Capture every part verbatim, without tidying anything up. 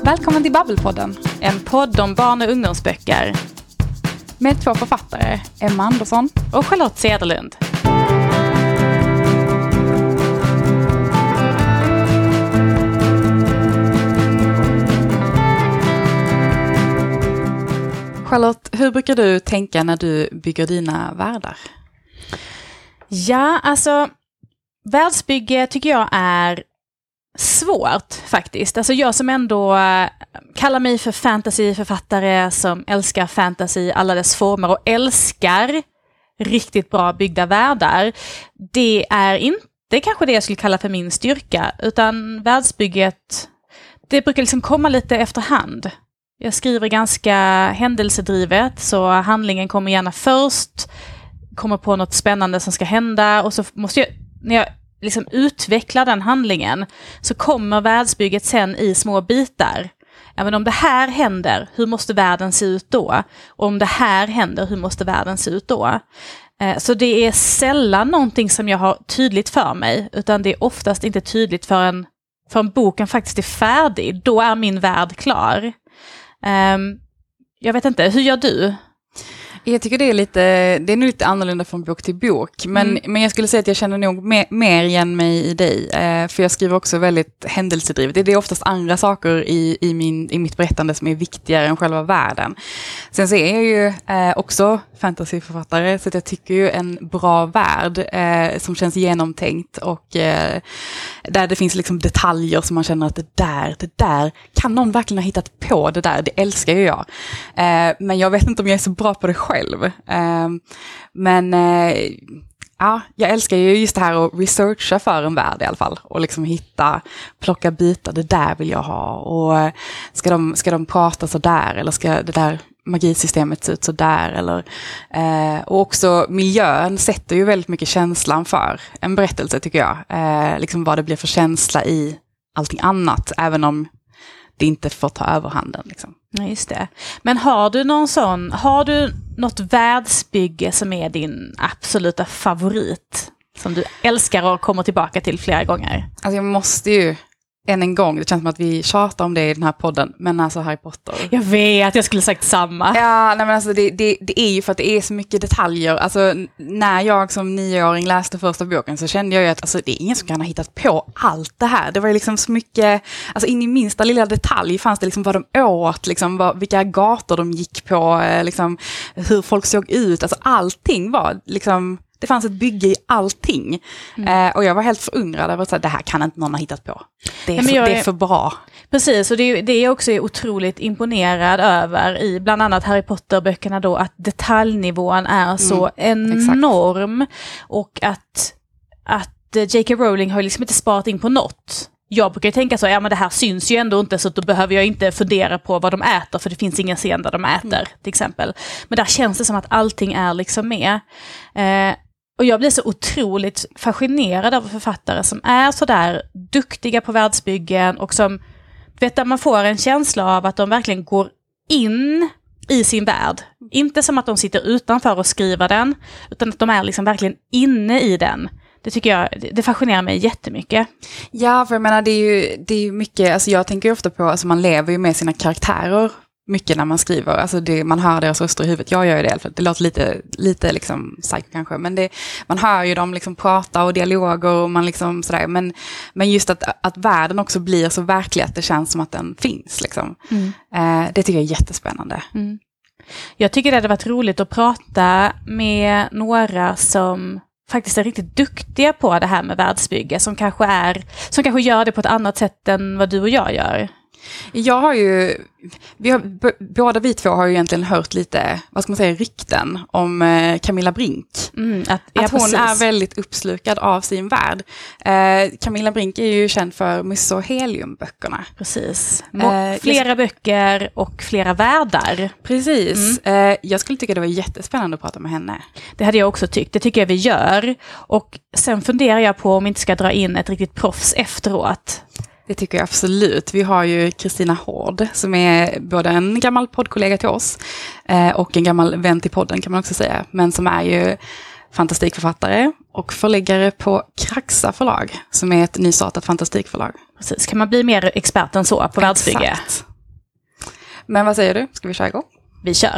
Välkommen till Babbelpodden, en podd om barn- och ungdomsböcker. Med två författare, Emma Andersson och Charlotte Cederlund. Charlotte, hur brukar du tänka när du bygger dina världar? Ja, alltså världsbygge tycker jag är svårt faktiskt. Alltså jag som ändå äh, kallar mig för fantasyförfattare som älskar fantasy i alla dess former och älskar riktigt bra byggda världar. Det är inte kanske det jag skulle kalla för min styrka, utan världsbygget, det brukar liksom komma lite efterhand. Jag skriver ganska händelsedrivet, så handlingen kommer gärna först, kommer på något spännande som ska hända, och så måste jag, när jag liksom utvecklar den handlingen, så kommer världsbygget sen i små bitar. Ja, men om det här händer, hur måste världen se ut då? Och om det här händer, hur måste världen se ut då? Eh, så det är sällan någonting som jag har tydligt för mig, utan det är oftast inte tydligt förrän, förrän boken faktiskt är färdig. Då är min värld klar. Um, jag vet inte, hur gör du? Jag tycker det är lite, det är nog lite annorlunda från bok till bok. Men, mm. men jag skulle säga att jag känner nog mer, mer igen mig i dig. Eh, för jag skriver också väldigt händelsedrivet. Det, det är oftast andra saker i, i, min, i mitt berättande som är viktigare än själva världen. Sen så är jag ju eh, också fantasyförfattare, så att jag tycker ju en bra värld eh, som känns genomtänkt och eh, där det finns liksom detaljer som man känner att det där, det där, kan någon verkligen ha hittat på det där? Det älskar ju jag. Eh, men jag vet inte om jag är så bra på det själv. Uh, men uh, ja, jag älskar ju just det här att researcha för en värld i alla fall. Och liksom hitta, plocka bitar, det där vill jag ha. Och uh, ska de, ska de prata så där, eller ska det där magisystemet se ut så där? Eller, uh, och också miljön sätter ju väldigt mycket känslan för en berättelse, tycker jag. Uh, liksom vad det blir för känsla i allting annat, även om det inte får ta överhanden liksom. Ja, just det. Men har du någon sån, har du något världsbygge som är din absoluta favorit? Som du älskar och kommer tillbaka till flera gånger? Alltså jag måste ju än en gång, det känns som att vi tjatar om det i den här podden, men alltså Harry Potter. Jag vet, jag skulle sagt samma. Ja, nej men alltså det, det, det är ju för att det är så mycket detaljer. Alltså när jag som nioåring läste första boken så kände jag ju att alltså, det är ingen som kan ha hittat på allt det här. Det var ju liksom så mycket, alltså in i minsta lilla detalj fanns det liksom vad de åt, liksom vad, vilka gator de gick på, liksom hur folk såg ut. Alltså allting var liksom, det fanns ett bygge i allting. Mm. Eh, och jag var helt förundrad över att det här kan inte någon ha hittat på. Det är, Nej, för, är, det är för bra. Precis, och det, det är också otroligt imponerad över i bland annat Harry Potter-böckerna då, att detaljnivån är så mm, enorm. Exakt. Och att, att J K Rowling har liksom inte sparat in på något. Jag brukar tänka så, ja men det här syns ju ändå inte, så då behöver jag inte fundera på vad de äter, för det finns ingen scen där de äter, mm. till exempel. Men där känns det som att allting är liksom med. Eh, Och jag blir så otroligt fascinerad av författare som är så där duktiga på världsbyggen och som, vet att man får en känsla av att de verkligen går in i sin värld. Inte som att de sitter utanför och skriver den, utan att de är liksom verkligen inne i den. Det tycker jag, det fascinerar mig jättemycket. Ja, för jag menar det är ju, det är ju mycket, alltså jag tänker ofta på, alltså man lever ju med sina karaktärer mycket när man skriver, alltså det, man hör deras röster i huvudet. Jag gör ju det, för det låter lite, lite liksom psycho kanske, men det, man hör ju dem liksom prata och dialoger och man liksom sådär, men, men just att, att världen också blir så verklig att det känns som att den finns liksom. Mm. Eh, det tycker jag är jättespännande. Mm. Jag tycker det hade varit roligt att prata med några som faktiskt är riktigt duktiga på det här med världsbygge, som kanske är, som kanske gör det på ett annat sätt än vad du och jag gör. Jag har ju, vi har, b- båda vi två har ju egentligen hört lite, vad ska man säga, rykten om eh, Camilla Brink. Mm, att ja, att hon precis. är väldigt uppslukad av sin värld. Eh, Camilla Brink är ju känd för Musse och Helium-böckerna. Precis. Må- eh, flera jag... böcker och flera världar. Precis. Mm. Eh, jag skulle tycka det var jättespännande att prata med henne. Det hade jag också tyckt. Det tycker jag vi gör. Och sen funderar jag på om vi inte ska dra in ett riktigt proffs efteråt. Det tycker jag absolut. Vi har ju Kristina Hård som är både en gammal poddkollega till oss eh, och en gammal vän till podden kan man också säga. Men som är ju fantastikförfattare och förläggare på Kraxa förlag som är ett nystartat fantastikförlag. Precis. Kan man bli mer expert än så på världsbygge? Exakt. Men vad säger du? Ska vi köra igång? Vi kör.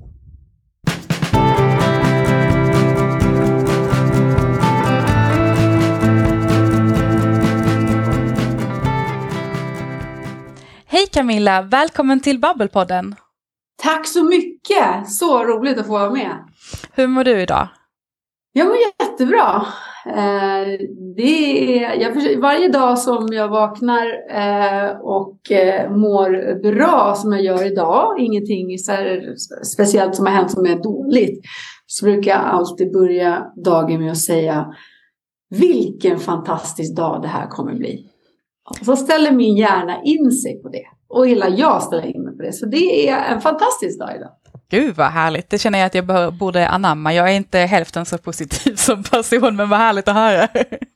Hej Camilla, välkommen till Babbelpodden. Tack så mycket, så roligt att få vara med. Hur mår du idag? Jag mår jättebra. Eh, det är, jag försöker, varje dag som jag vaknar eh, och eh, mår bra som jag gör idag, ingenting så här speciellt som har hänt som är dåligt, så brukar jag alltid börja dagen med att säga vilken fantastisk dag det här kommer bli. Och så ställer min hjärna in sig på det. Och hela jag ställer in mig på det. Så det är en fantastisk dag idag. Gud vad härligt. Det känner jag att jag bör, borde anamma. Jag är inte hälften så positiv som person, men vad härligt att höra.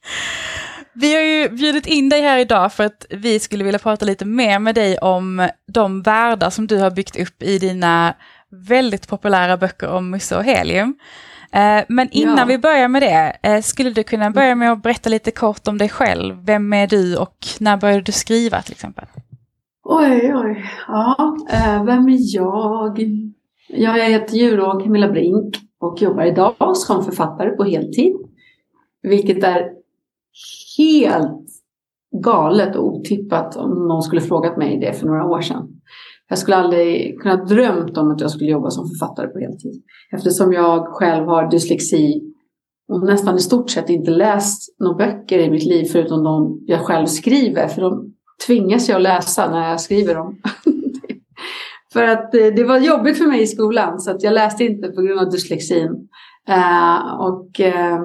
Vi har ju bjudit in dig här idag för att vi skulle vilja prata lite mer med dig om de världar som du har byggt upp i dina väldigt populära böcker om Musse och Helium. Men innan ja. vi börjar med det, skulle du kunna börja med att berätta lite kort om dig själv? Vem är du och när började du skriva till exempel? Oj, oj. Ja, vem är jag? Jag heter ju Camilla Brink och jobbar idag som författare på heltid. Vilket är helt galet och otippat om någon skulle frågat mig det för några år sedan. Jag skulle aldrig kunna drömt om att jag skulle jobba som författare på heltid. Eftersom jag själv har dyslexi och nästan i stort sett inte läst några böcker i mitt liv förutom de jag själv skriver. För de tvingas jag läsa när jag skriver dem. För att det var jobbigt för mig i skolan så att jag läste inte på grund av dyslexin. Uh, och uh,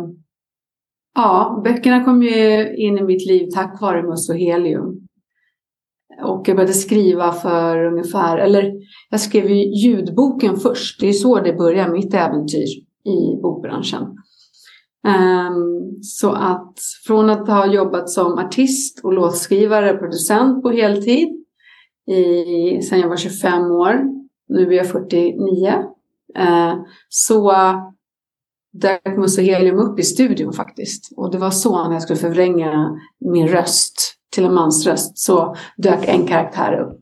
ja, böckerna kom ju in i mitt liv tack vare Musse och Helium. Och jag började skriva för ungefär, eller jag skrev ju ljudboken först. Det är så det började, mitt äventyr i bokbranschen. Um, så att från att ha jobbat som artist och låtskrivare, producent på heltid i, sen jag var tjugofem år, nu är jag fyrtionio, uh, så dök Musse och Helium upp i studion faktiskt. Och det var så när jag skulle förvränga min röst till en mansröst så dök en karaktär upp.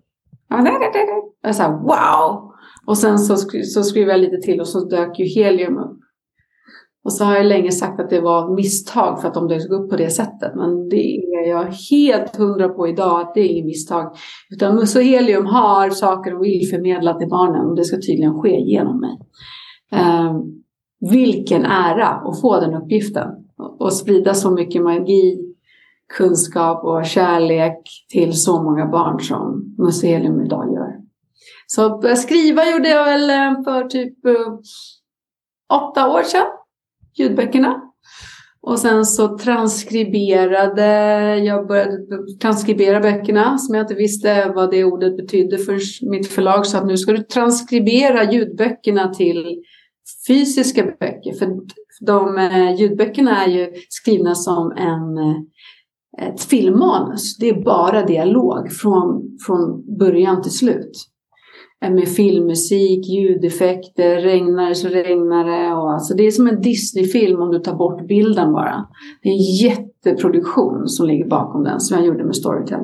Jag sa wow! Och sen så, sk- så skrev jag lite till och så dök ju Helium upp. Och så har jag länge sagt att det var misstag för att de dök upp på det sättet. Men det är jag helt hundra på idag att det är inget misstag. Utan Musse och Helium har saker och vill förmedla till barnen och det ska tydligen ske genom mig. Eh, vilken ära att få den uppgiften. Och, och sprida så mycket magi, kunskap och kärlek till så många barn som Musse och Helium idag gör. Så skriva gjorde jag väl för typ uh, åtta år sedan. Ljudböckerna. Och sen så transkriberade, jag började transkribera böckerna som jag inte visste vad det ordet betydde för mitt förlag. Så att nu ska du transkribera ljudböckerna till fysiska böcker. För de uh, ljudböckerna är ju skrivna som en... Uh, ett filmmanus. Det är bara dialog från, från början till slut. Med filmmusik, ljudeffekter, regnar så regnar det. Och alltså det är som en Disney-film om du tar bort bilden bara. Det är en jätteproduktion som ligger bakom den som jag gjorde med Storytel.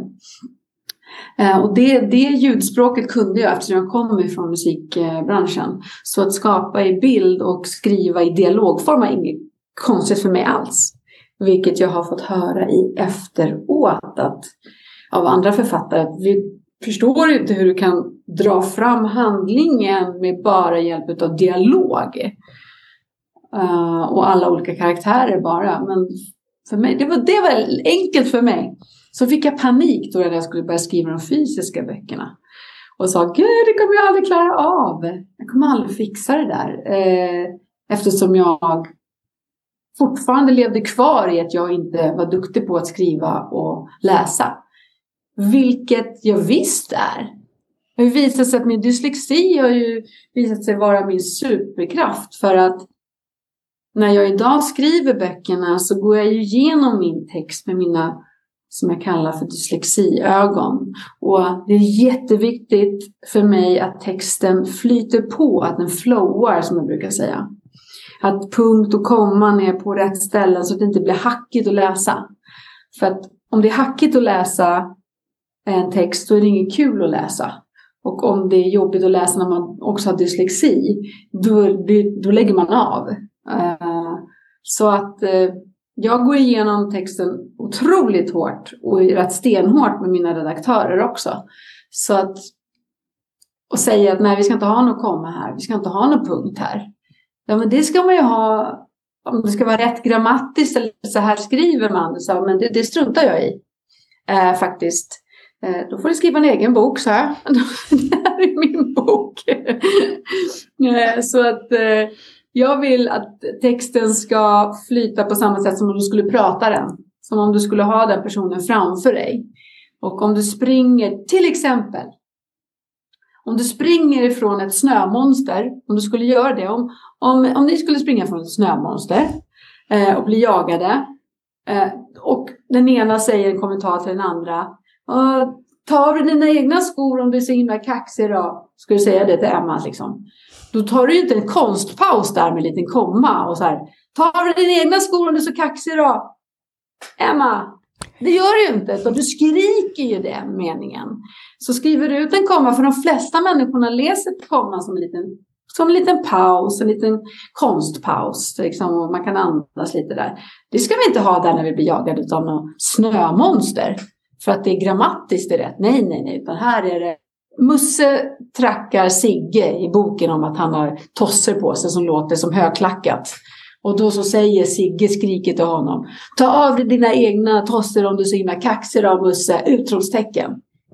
Eh, och det, det ljudspråket kunde jag eftersom jag kommer från musikbranschen. Så att skapa i bild och skriva i dialogform är inget konstigt för mig alls. Vilket jag har fått höra i efteråt att, av andra författare. Att vi förstår inte hur du kan dra fram handlingen med bara hjälp av dialog. Uh, och alla olika karaktärer bara. Men för mig, det var, det var enkelt för mig. Så fick jag panik då när jag skulle börja skriva de fysiska böckerna. Och sa, gud det kommer jag aldrig klara av. Jag kommer aldrig fixa det där. Uh, eftersom jag... fortfarande levde kvar i att jag inte var duktig på att skriva och läsa. Vilket jag visst är. Det har visat sig att min dyslexi har ju visat sig vara min superkraft. För att när jag idag skriver böckerna så går jag ju igenom min text med mina, som jag kallar för dyslexiögon. Och det är jätteviktigt för mig att texten flyter på, att den flowar som jag brukar säga. Att punkt och komman är på rätt ställe så att det inte blir hackigt att läsa. För att om det är hackigt att läsa en text så är det inget kul att läsa. Och om det är jobbigt att läsa när man också har dyslexi, då, då lägger man av. Så att jag går igenom texten otroligt hårt och rätt stenhårt med mina redaktörer också. Så att, och säger att nej, vi ska inte ha något komma här, vi ska inte ha någon punkt här. Ja, men det ska man ju ha, om det ska vara rätt grammatiskt eller så här skriver man. Så, men det, det struntar jag i eh, faktiskt. Eh, då får du skriva en egen bok så här. Det här är min bok. eh, så att eh, jag vill att texten ska flyta på samma sätt som om du skulle prata den. Som om du skulle ha den personen framför dig. Och om du springer, till exempel. Om du springer ifrån ett snömonster. Om du skulle göra det. Om, om, om ni skulle springa från ett snömonster. Eh, och bli jagade. Eh, och den ena säger en kommentar till den andra. Ta av dig dina egna skor om du är så himla kaxig då. Ska du säga det till Emma liksom. Då tar du ju inte en konstpaus där med en liten komma. Och så här. Ta av dig dina egna skor om du är så kaxig då. Emma. Det gör du ju inte. Utan du skriker ju den meningen. Så skriver du ut en komma. För de flesta människorna läser komma som en liten, som en liten paus. En liten konstpaus. Liksom, och man kan andas lite där. Det ska vi inte ha där när vi blir jagade av någon snömonster. För att det är grammatiskt rätt. Nej, nej, nej. Utan här är det. Musse trackar Sigge i boken om att han har tosser på sig som låter som högklackat. Och då så säger Sigge, skriker till honom. Ta av dig dina egna tosser om du är så himla kaxig av Musse. Utropstecken.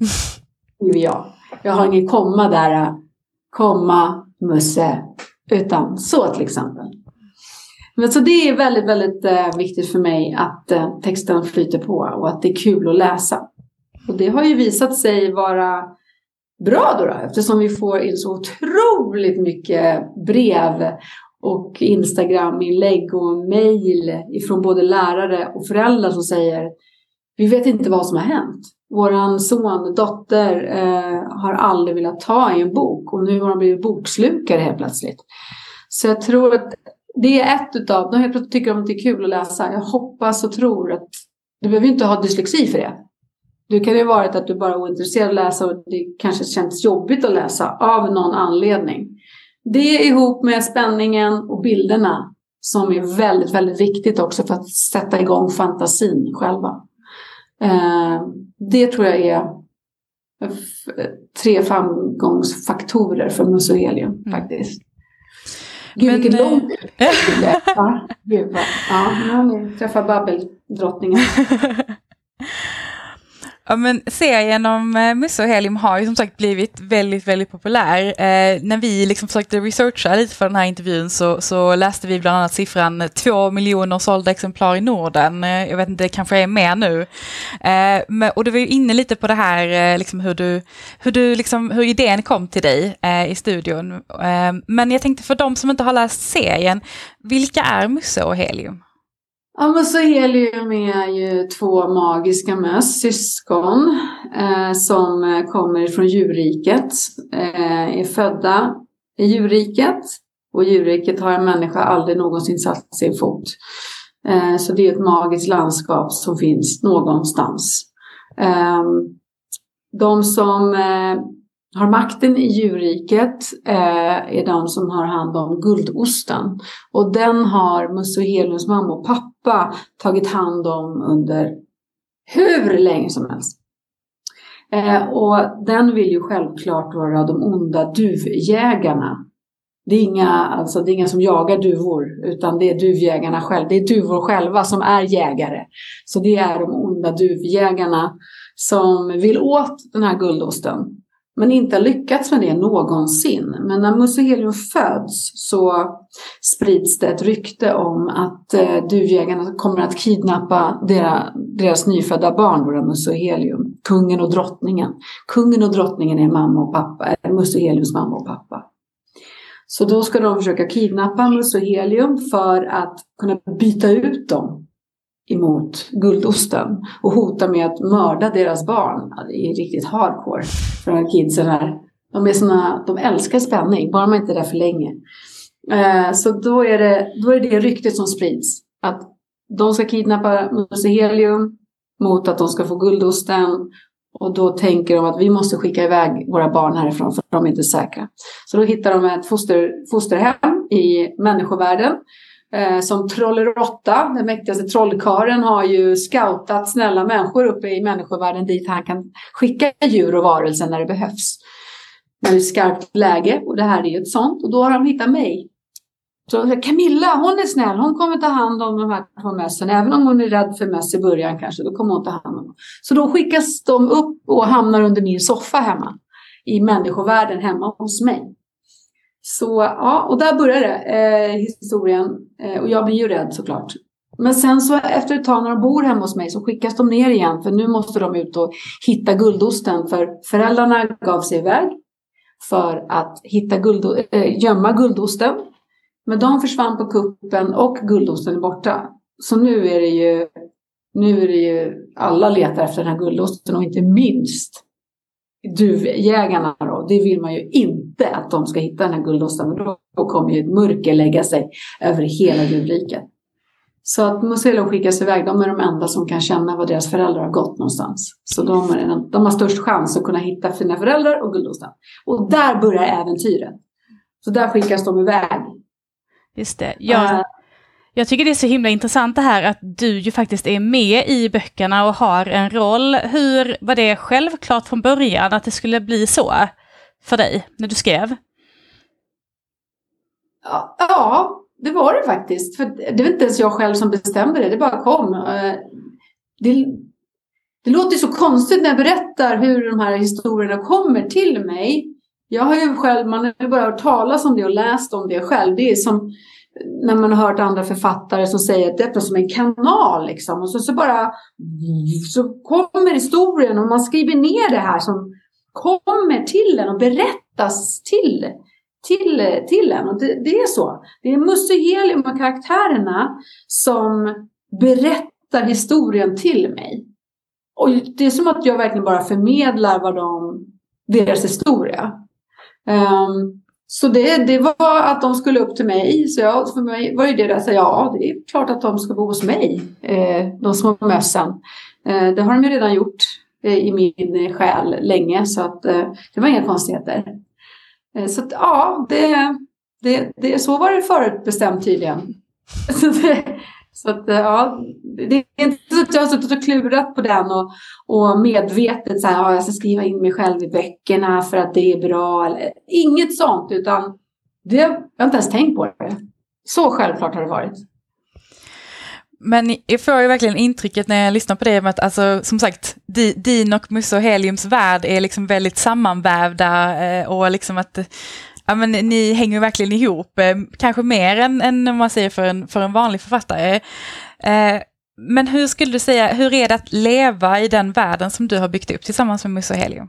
Ja, jag har ingen komma där. Komma Musse. Utan så till exempel. Men så det är väldigt, väldigt eh, viktigt för mig att eh, texten flyter på. Och att det är kul att läsa. Och det har ju visat sig vara bra då, då eftersom vi får in så otroligt mycket brev och Instagram-inlägg och mejl ifrån både lärare och föräldrar som säger vi vet inte vad som har hänt. Våran son, dotter eh, har aldrig velat ta i en bok och nu har de blivit bokslukare helt plötsligt. Så jag tror att det är ett utav, de helt plötsligt tycker de att det är kul att läsa. Jag hoppas och tror att du behöver inte ha dyslexi för det. Det kan ju vara att du bara är ointresserad att läsa och det kanske känns jobbigt att läsa av någon anledning. Det ihop med spänningen och bilderna som är väldigt, väldigt viktigt också för att sätta igång fantasin själva. Eh, det tror jag är tre framgångsfaktorer för Musse och Helium faktiskt. Gud, men, vilket långt det ja, gud, vad, ja, nu träffar babbeldrottningen. Ja, men serien om eh, Musse och Helium har ju som sagt blivit väldigt, väldigt populär. Eh, när vi liksom försökte researcha lite för den här intervjun så, så läste vi bland annat siffran två miljoner sålda exemplar i Norden. Eh, jag vet inte, det kanske är mer nu. Eh, men, och du var ju inne lite på det här, eh, liksom hur, du, hur, du, liksom, hur idén kom till dig eh, i studion. Eh, men jag tänkte för de som inte har läst serien, vilka är Musse och Helium? Ja, Musse och Helium är ju två magiska möss, syskon eh, som kommer från djurriket, eh, är födda i djurriket och djurriket har en människa aldrig någonsin satt sin fot. Eh, så det är ett magiskt landskap som finns någonstans. Eh, de som eh, har makten i djurriket eh, är de som har hand om guldosten. Och den har Musse och Heliums mamma och pappa tagit hand om under hur länge som helst. Eh, och den vill ju självklart vara de onda duvjägarna. Det är inga, alltså, det är inga som jagar duvor, utan det är duvjägarna själva. Det är duvor själva som är jägare. Så det är de onda duvjägarna som vill åt den här guldosten. Men inte har lyckats med det någonsin. Men när Musse och Helium föds så sprids det ett rykte om att eh, duvjägarna kommer att kidnappa deras, deras nyfödda barn, våra Musse och Helium. Kungen och drottningen. Kungen och drottningen är mamma och pappa. Är Musse och Heliums mamma och pappa. Så då ska de försöka kidnappa Musse och Helium för att kunna byta ut dem emot guldosten och hota med att mörda deras barn. Ja, det är riktigt hardcore för de här kidsen här. De är såna, de älskar spänning, bara man inte är där för länge. Eh, så då är, det, då är det ryktet som sprids. Att de ska kidnappa Musse och Helium mot att de ska få guldosten. Och då tänker de att vi måste skicka iväg våra barn härifrån för de är inte säkra. Så då hittar de ett foster, fosterhem i människovärlden. Eh, som Trollerotta, den mäktigaste trollkaren, har ju scoutat snälla människor uppe i människovärlden dit han kan skicka djur och varelser när det behövs. När det är skarpt läge, och det här är ju ett sånt. Och då har de hittat mig. Så Camilla, hon är snäll, hon kommer ta hand om de här två mössen. Även om hon är rädd för möss i början kanske, då kommer hon ta hand om dem. Så då skickas de upp och hamnar under min soffa hemma. I människovärlden hemma hos mig. Så ja, och där börjar det, eh, historien. Eh, och jag blir ju rädd såklart. Men sen så efter ett tag när de bor hemma hos mig så skickas de ner igen. För nu måste de ut och hitta guldosten. För föräldrarna gav sig iväg för att hitta guld, äh, gömma guldosten. Men de försvann på kuppen och guldosten är borta. Så nu är det ju, nu är det ju alla letar efter den här guldosten och inte minst duvjägarna då. Det vill man ju inte att de ska hitta den här guldosten. Men då kommer ju ett mörker lägga sig över hela djurriket. Så att Musse Helium skickas iväg, de är de enda som kan känna vad deras föräldrar har gått någonstans. Så de, är, de har störst chans att kunna hitta sina föräldrar och guldosten. Och där börjar äventyret. Så där skickas de iväg. Just det. Jag, uh, jag tycker det är så himla intressant det här att du ju faktiskt är med i böckerna och har en roll. Hur var det självklart från början att det skulle bli så för dig när du skrev? Ja, ja. Det var det faktiskt. För det var inte ens jag själv som bestämde det. Det bara kom. Det, det låter så konstigt när jag berättar hur de här historierna kommer till mig. Jag har ju själv, man har bara hört talas om det och läst om det själv. Det är som när man har hört andra författare som säger att det är som en kanal liksom. Och så, så bara så kommer historien och man skriver ner det här som kommer till en och berättas till Till, till en. Och det, det är så. Det är Musse Helium och karaktärerna som berättar historien till mig. Och det är som att jag verkligen bara förmedlar vad de, deras historia. Um, så det, det var att de skulle upp till mig. Så jag, för mig var ju det där. Så ja, det är klart att de ska bo hos mig. Eh, de små mössen. Eh, det har de ju redan gjort eh, i min själ länge. Så att, eh, det var inga konstigheter. Så att, ja, det, det, det, så var det förutbestämt tydligen. Så, det, så att, ja, det är inte så att jag har suttit och klurat på den och, och medvetet så här, ja, jag ska skriva in mig själv i böckerna för att det är bra. Eller, inget sånt, utan det, jag har inte ens tänkt på det. Så självklart har det varit. Men jag får ju verkligen intrycket när jag lyssnar på det med att, alltså, som sagt, din och Musse Heliums värld är liksom väldigt sammanvävda och liksom att, ja, men ni hänger verkligen ihop, kanske mer än, än om man säger för en, för en vanlig författare. Men hur skulle du säga, hur är det att leva i den världen som du har byggt upp tillsammans med Musse Helium?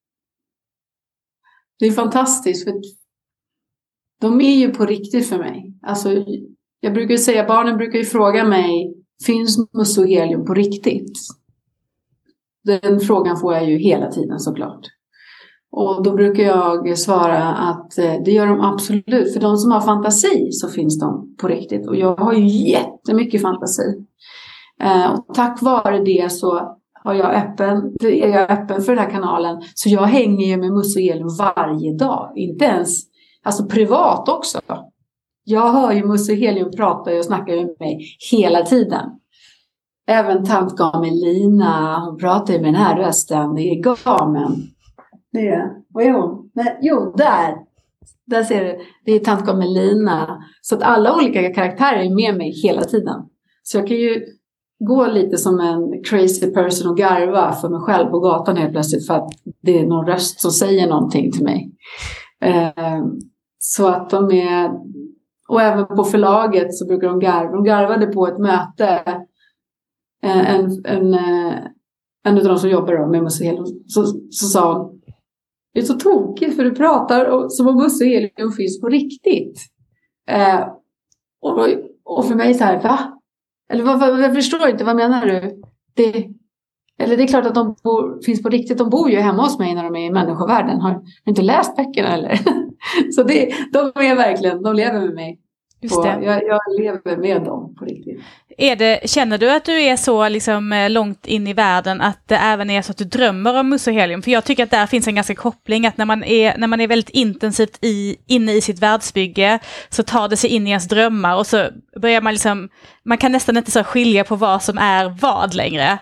Det är fantastiskt, för de är ju på riktigt för mig. Alltså, jag brukar säga, barnen brukar ju fråga mig, finns Musse Helium på riktigt? Den frågan får jag ju hela tiden såklart. Och då brukar jag svara att det gör de absolut. För de som har fantasi så finns de på riktigt. Och jag har ju jättemycket fantasi. Och tack vare det så har jag öppen, är jag öppen för den här kanalen. Så jag hänger ju med Musse Helium varje dag. Inte ens, alltså privat också. Jag hör ju Musse Helium prata och snackar med mig hela tiden. Även tant Gamelina, hon pratar ju med den här rösten. Det är Gamen. Det är, vad är hon? Nej, jo, där. Där ser du. Det är tant Gamelina. Så att alla olika karaktärer är med mig hela tiden. Så jag kan ju gå lite som en crazy person och garva för mig själv på gatan helt plötsligt. För att det är någon röst som säger någonting till mig. Eh, så att de är... Och även på förlaget så brukar de garva. De garvade på ett möte. En, en, en av de som jobbar då med Musse Helium. Så, så sa hon, det är så tokigt för du pratar som om Musse Helium finns på riktigt. Eh, och, och för mig så här, va? Eller vad, vad, jag förstår inte, vad menar du? Det, eller det är klart att de bor, finns på riktigt. De bor ju hemma hos mig när de är i människovärlden. Har, har inte läst böckerna eller? Så det, de är verkligen, de lever med mig. Just det. Jag, jag lever med dem på riktigt. Är det, känner du att du är så liksom långt in i världen att det även är så att du drömmer om Musse och Helium? För jag tycker att där finns en ganska koppling, att när man är, när man är väldigt intensivt i, inne i sitt världsbygge så tar det sig in i ens drömmar och så börjar man liksom, man kan nästan inte så skilja på vad som är vad längre.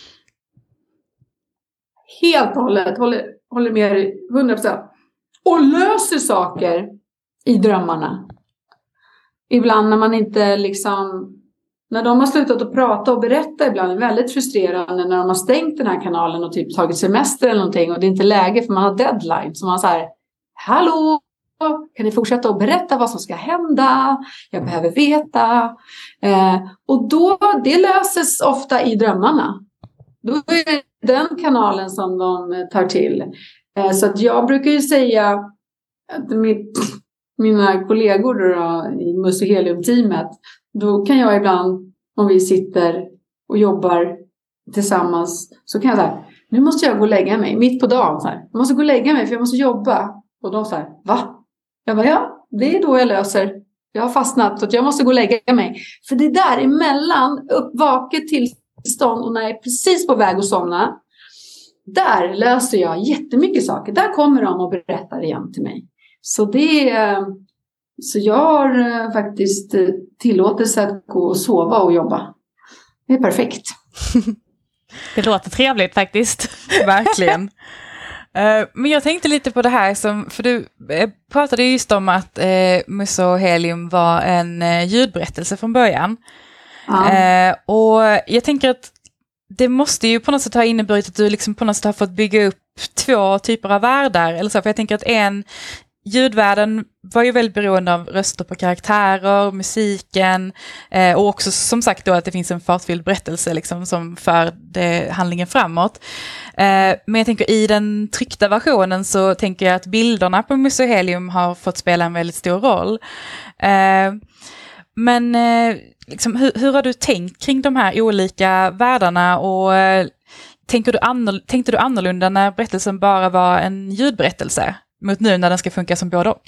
Helt och hållet, håller, håller med dig hundra procent. Och löser saker i drömmarna. Ibland när man inte liksom, när de har slutat att prata och berätta ibland är det väldigt frustrerande när de har stängt den här kanalen och typ tagit semester eller någonting och det är inte läge för man har deadline. Så man säger, hallå, kan ni fortsätta att berätta vad som ska hända? Jag behöver veta. Eh, och då, det löses ofta i drömmarna. Då är det den kanalen som de tar till. Eh, så att jag brukar ju säga att mitt, mina kollegor då, i Musse och Helium-teamet, då kan jag ibland, om vi sitter och jobbar tillsammans, så kan jag säga, nu måste jag gå och lägga mig mitt på dagen. Så här. Jag måste gå och lägga mig för jag måste jobba. Och de säger, va? Jag bara, ja, det är då jag löser. Jag har fastnat så att jag måste gå och lägga mig. För det där emellan uppvaket tillstånd och när jag är precis på väg att somna, där löser jag jättemycket saker. Där kommer de och berättar igen till mig. Så det är, så jag har faktiskt tillåtelse att gå och sova och jobba. Det är perfekt. Det låter trevligt faktiskt. Verkligen. Men jag tänkte lite på det här som, för du pratade just om att eh, Musse och Helium var en eh, ljudberättelse från början. Ja. Eh, och jag tänker att det måste ju på något sätt ha inneburit att du liksom på något sätt har fått bygga upp två typer av världar. Eller så, för jag tänker att en, ljudvärlden var ju väldigt beroende av röster på karaktärer, musiken eh, och också som sagt då att det finns en fartfylld berättelse liksom, som för det, handlingen framåt. Eh, men jag tänker i den tryckta versionen så tänker jag att bilderna på Musse och Helium har fått spela en väldigt stor roll. Eh, men eh, liksom, hur, hur har du tänkt kring de här olika världarna och eh, tänker du annorl- tänkte du annorlunda när berättelsen bara var en ljudberättelse mot nu när den ska funka som både och?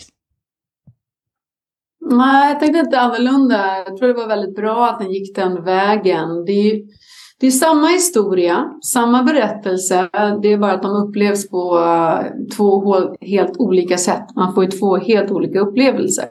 Nej, jag tänkte inte annorlunda. Jag tror det var väldigt bra att den gick den vägen. Det är, det är samma historia, samma berättelse. Det är bara att de upplevs på två helt olika sätt. Man får ju två helt olika upplevelser.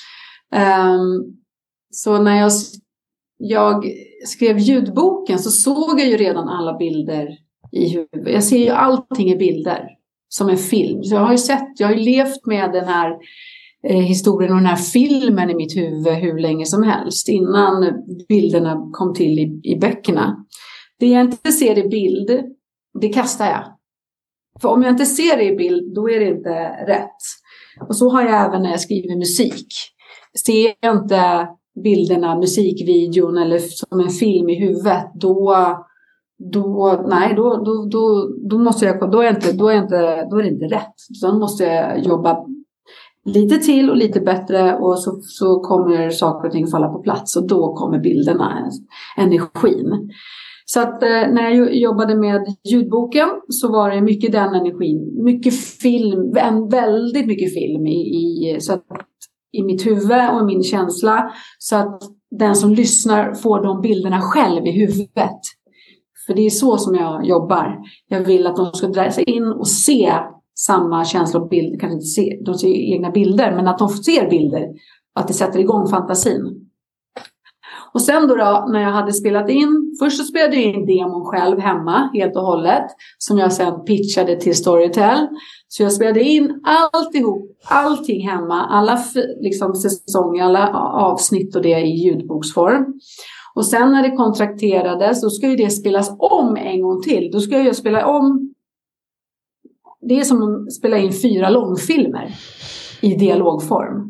Um, så när jag, jag skrev ljudboken så såg jag ju redan alla bilder i huvudet. Jag ser ju allting i bilder. Som en film. Så jag har ju sett, jag har ju levt med den här eh, historien och den här filmen i mitt huvud hur länge som helst. Innan bilderna kom till i, i böckerna. Det jag inte ser i bild, det kastar jag. För om jag inte ser det i bild, då är det inte rätt. Och så har jag även när jag skriver musik. Ser jag inte bilderna, musikvideon eller som en film i huvudet, då... Då, nej, då, då, då, då måste jag, då är, inte, då, är inte, då är det inte rätt. Så då måste jag jobba lite till och lite bättre och så, så kommer saker och ting falla på plats och då kommer bilderna, energin. Så att eh, när jag jobbade med ljudboken så var det mycket den energin, mycket film, en väldigt mycket film i, i, så att, i mitt huvud och min känsla så att den som lyssnar får de bilderna själv i huvudet. För det är så som jag jobbar. Jag vill att de ska dra sig in och se samma känsla och bild. Kanske inte se, de ser egna bilder. Men att de ser bilder. Att det sätter igång fantasin. Och sen då, då när jag hade spelat in. Först så spelade jag in demon själv hemma. Helt och hållet. Som jag sen pitchade till Storytel. Så jag spelade in alltihop. Allting hemma. Alla liksom, säsonger. Alla avsnitt och det i ljudboksform. Och sen när det kontrakterades, då ska ju det spelas om en gång till. Då ska jag spela om, det är som att spela in fyra långfilmer i dialogform.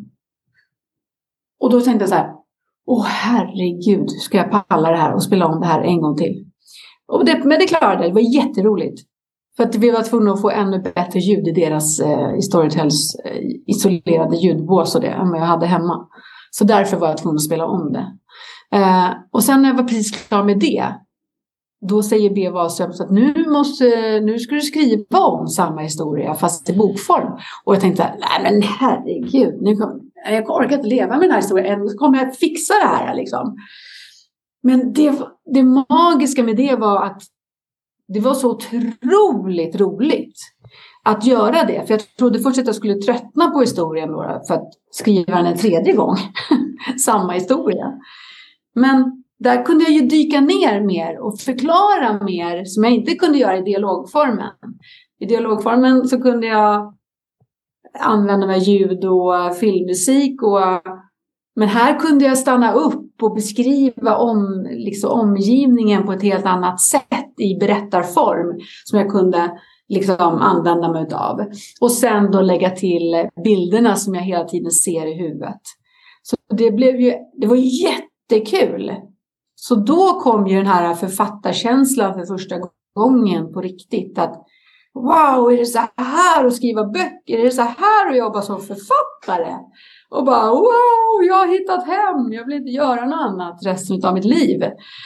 Och då tänkte jag så här, åh herregud, ska jag palla det här och spela om det här en gång till? Och det, men det klarade det, det var jätteroligt. För att vi var tvungna att få ännu bättre ljud i deras, eh, i Storytels eh, isolerade ljudbås och det, än vad jag hade hemma. Så därför var jag tvungen att spela om det. Uh, och sen när jag var precis klar med det, då säger B. Wahlström så att nu, måste, nu ska du skriva om samma historia fast i bokform. Och jag tänkte, nej men herregud, nu kom, jag orkar inte leva med den här historien, nu kommer jag att fixa det här liksom. men det, det magiska med det var att det var så otroligt roligt att göra det. För jag trodde först att jag skulle tröttna på historien då, för att skriva den en tredje gång. Samma historia. Men där kunde jag ju dyka ner mer och förklara mer som jag inte kunde göra i dialogformen. I dialogformen så kunde jag använda mig ljud och filmmusik. Och, men här kunde jag stanna upp och beskriva om, liksom, omgivningen på ett helt annat sätt i berättarform som jag kunde liksom använda mig av. Och sen då lägga till bilderna som jag hela tiden ser i huvudet. Så det blev ju, det var jättekul. Så då kom ju den här författarkänslan för första gången på riktigt. Att wow, är det så här att skriva böcker? Är det så här att jobba som författare? Och bara wow, jag har hittat hem. Jag vill inte göra något annat resten av mitt liv.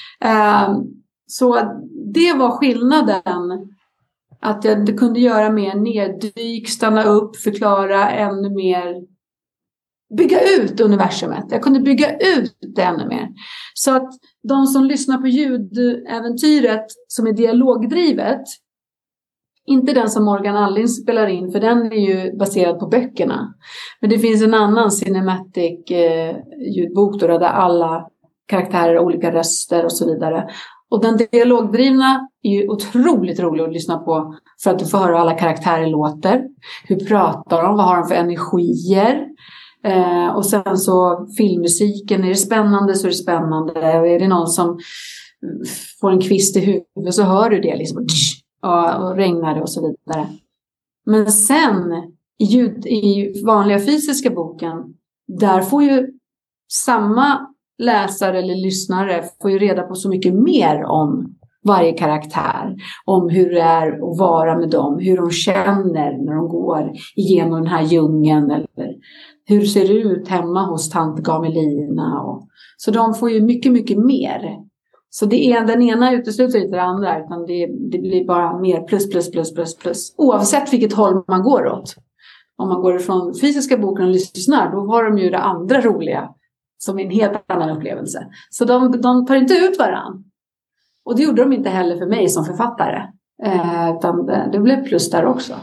Så det var skillnaden. Att jag kunde göra mer neddyk, stanna upp, förklara ännu mer. Bygga ut universumet. Jag kunde bygga ut det ännu mer. Så att de som lyssnar på ljudäventyret som är dialogdrivet. Inte den som Morgan Alling spelar in. För den är ju baserad på böckerna. Men det finns en annan cinematic eh, ljudbok då, där alla karaktärer har olika röster och så vidare. Och den dialogdrivna är ju otroligt rolig att lyssna på. För att du får höra hur alla karaktärer låter. Hur pratar de? Vad har de för energier? Eh, och sen så filmmusiken. Är det spännande så är det spännande. Är det någon som får en kvist i huvudet så hör du det liksom. Och, och regnar det och så vidare. Men sen i, ljud, i vanliga fysiska boken. Där får ju samma läsare eller lyssnare får ju reda på så mycket mer om varje karaktär. Om hur det är att vara med dem. Hur de känner när de går igenom den här djungeln. Eller hur ser det ut hemma hos tant Gamelina. Och, så de får ju mycket, mycket mer. Så det är, den ena utesluter inte det andra. Utan det, det blir bara mer plus, plus, plus, plus, plus. Oavsett vilket håll man går åt. Om man går från fysiska boken och lyssnar. Då har de ju det andra roliga. Som är en helt annan upplevelse. Så de, de tar inte ut varann. Och det gjorde de inte heller för mig som författare. Eh, utan det, det blev plus där också.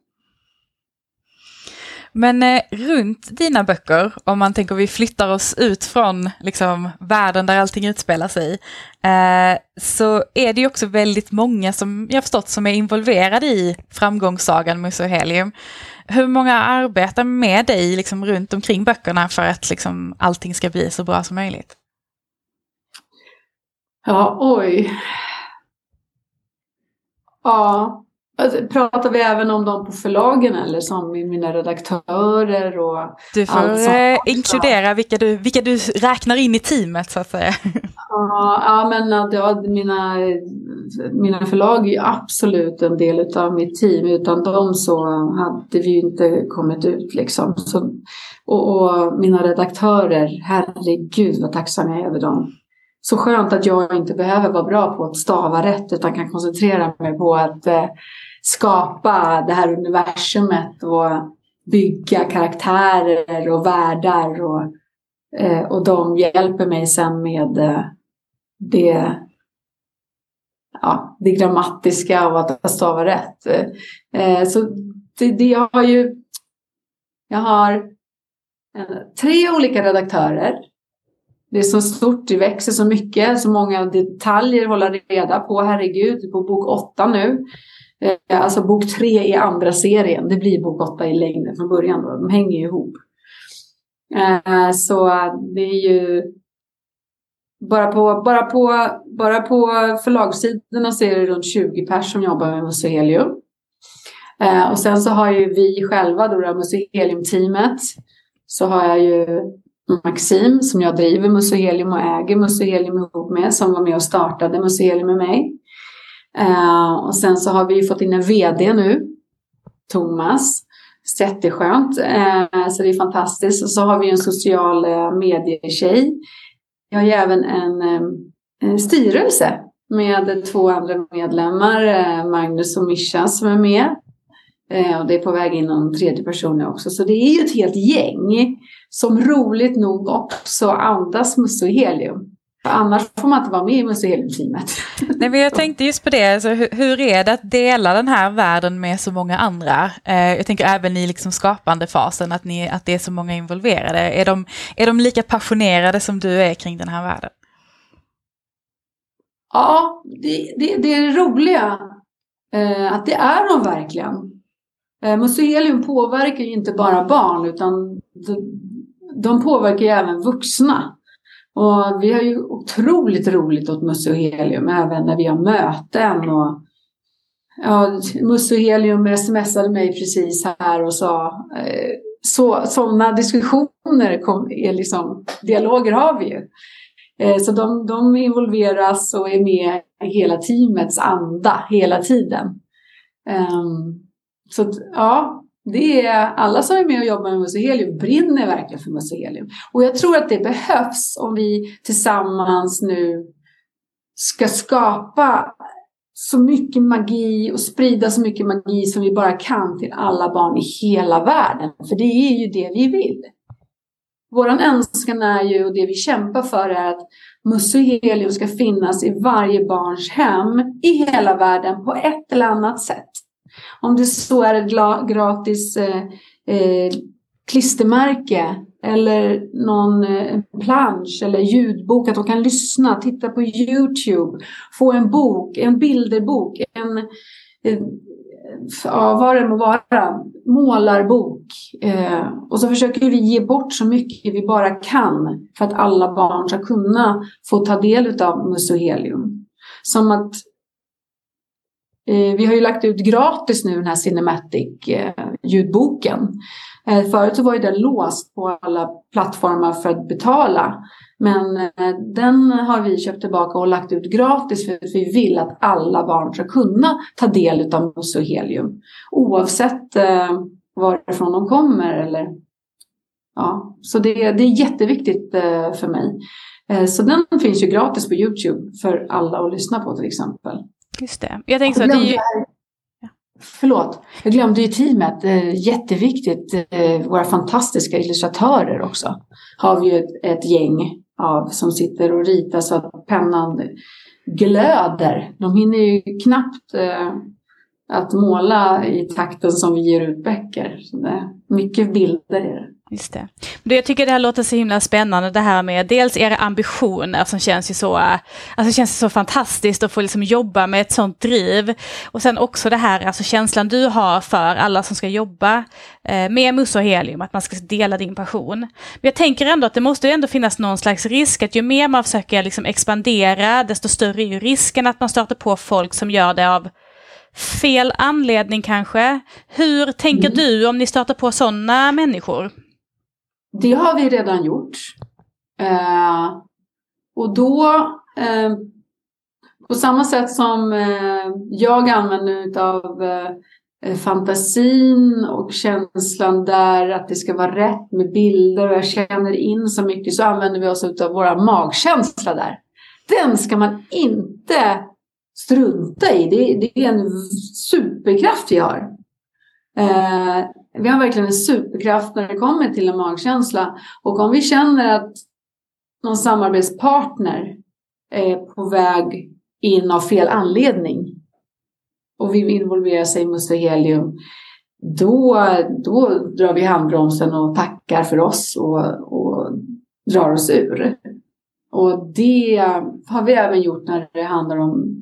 Men eh, runt dina böcker, om man tänker vi flyttar oss ut från liksom, världen där allting utspelar sig. Eh, så är det ju också väldigt många som jag har förstått som är involverade i framgångssagan Musse och Helium. Hur många arbetar med dig liksom, runt omkring böckerna för att liksom, allting ska bli så bra som möjligt? Ja, oj. Ja, alltså, pratar vi även om dem på förlagen eller som mina redaktörer och du får allt eh, inkludera vilka du, vilka du räknar in i teamet så att säga. Ja, ja men ja, mina, mina förlag är absolut en del av mitt team. Utan dem så hade vi ju inte kommit ut liksom. Så, och, och mina redaktörer, herregud vad tacksam jag är över dem. Så skönt att jag inte behöver vara bra på att stava rätt utan kan koncentrera mig på att eh, skapa det här universumet och bygga karaktärer och världar och, eh, och de hjälper mig sen med eh, det, ja, det grammatiska och att stava rätt. Eh, så det, det jag har ju jag har eh, tre olika redaktörer. Det är så stort, det växer så mycket, så många detaljer hålla reda på. Herregud, på bok åtta nu. Eh, alltså bok tre i andra serien. Det blir bok åtta i längden från början då. De hänger ju ihop. Eh, så det är ju... Bara på, bara på, bara på förlagssidorna så är det runt tjugo personer som jobbar med Musse och Helium. Eh, och sen så har ju vi själva då, det Musse och Helium-teamet. Så har jag ju... Maxim som jag driver Musse och Helium och äger Musse och Helium ihop med, som var med och startade Musse och Helium med mig. Uh, och sen så har vi fått in en vd nu, Thomas. Jätteskönt, uh, så det är fantastiskt. Och så har vi en social uh, medietjej. Jag har ju även en, um, en styrelse med två andra medlemmar, uh, Magnus och Mischa som är med. Uh, och det är på väg in en tredje person också. Så det är ju ett helt gäng som roligt nog också andas Musse och Helium. Annars får man inte vara med i Musse Helium-teamet. Nej, men jag tänkte just på det, alltså, hur, hur är det att dela den här världen med så många andra? Eh, jag tänker även i liksom skapande fasen, att, ni, att det är så många involverade. Är de, är de lika passionerade som du är kring den här världen? Ja, det, det, det är det roliga. Eh, att det är de verkligen. Eh, Musse Helium påverkar ju inte bara barn, utan de, de påverkar ju även vuxna. Och vi har ju otroligt roligt åt Musse Helium, även när vi har möten. Och, ja, Musse Helium smsade mig precis här och sa, eh, så, sådana diskussioner, kom, är liksom, dialoger har vi ju. Eh, så de, de involveras och är med i hela teamets anda hela tiden. Um, så ja... Det är alla som är med och jobbar med Musse Helium brinner verkligen för Musse Helium. Och jag tror att det behövs om vi tillsammans nu ska skapa så mycket magi och sprida så mycket magi som vi bara kan till alla barn i hela världen. För det är ju det vi vill. Våran önskan är ju, och det vi kämpar för, är att Musse Helium ska finnas i varje barns hem i hela världen på ett eller annat sätt. Om det så är ett gratis eh, eh, klistermärke eller någon eh, plansch eller ljudbok, att de kan lyssna, titta på YouTube, få en bok, en bilderbok, en, en ja, vad det må vara, målarbok. Eh, och så försöker vi ge bort så mycket vi bara kan för att alla barn ska kunna få ta del av Musse Helium. Som att vi har ju lagt ut gratis nu den här Cinematic-ljudboken. Förut så var ju den låst på alla plattformar för att betala. Men den har vi köpt tillbaka och lagt ut gratis för att vi vill att alla barn ska kunna ta del av Musse Helium. Oavsett varifrån de kommer. Eller, ja. Så det, det är jätteviktigt för mig. Så den finns ju gratis på YouTube för alla att lyssna på till exempel. Just det. Jag tänkte så, det är ju... Förlåt, jag glömde ju teamet. Jätteviktigt. Våra fantastiska illustratörer också. Har vi ju ett, ett gäng av som sitter och ritar så att pennan glöder. De hinner ju knappt eh, att måla i takten som vi ger ut böcker. Så det är mycket bilder i det. Just det. Men jag tycker det här låter så himla spännande, det här med dels era ambitioner som känns ju så, alltså känns så fantastiskt att få liksom jobba med ett sånt driv, och sen också det här, alltså känslan du har för alla som ska jobba eh, med Musse Helium, att man ska dela din passion. Men jag tänker ändå att det måste ju ändå finnas någon slags risk att ju mer man försöker liksom expandera, desto större är ju risken att man stöter på folk som gör det av fel anledning kanske. Hur tänker mm. du om ni stöter på sådana människor? Det har vi redan gjort. Eh, och då, eh, på samma sätt som eh, jag använder av eh, fantasin och känslan där att det ska vara rätt med bilder och jag känner in så mycket, så använder vi oss av våra magkänsla där. Den ska man inte strunta i. Det, det är en superkraft vi har. Eh, vi har verkligen en superkraft när det kommer till en magkänsla. Och om vi känner att någon samarbetspartner är på väg in av fel anledning och vi involverar sig i Musse Helium, då, då drar vi handbromsen och tackar för oss och, och drar oss ur. Och det har vi även gjort när det handlar om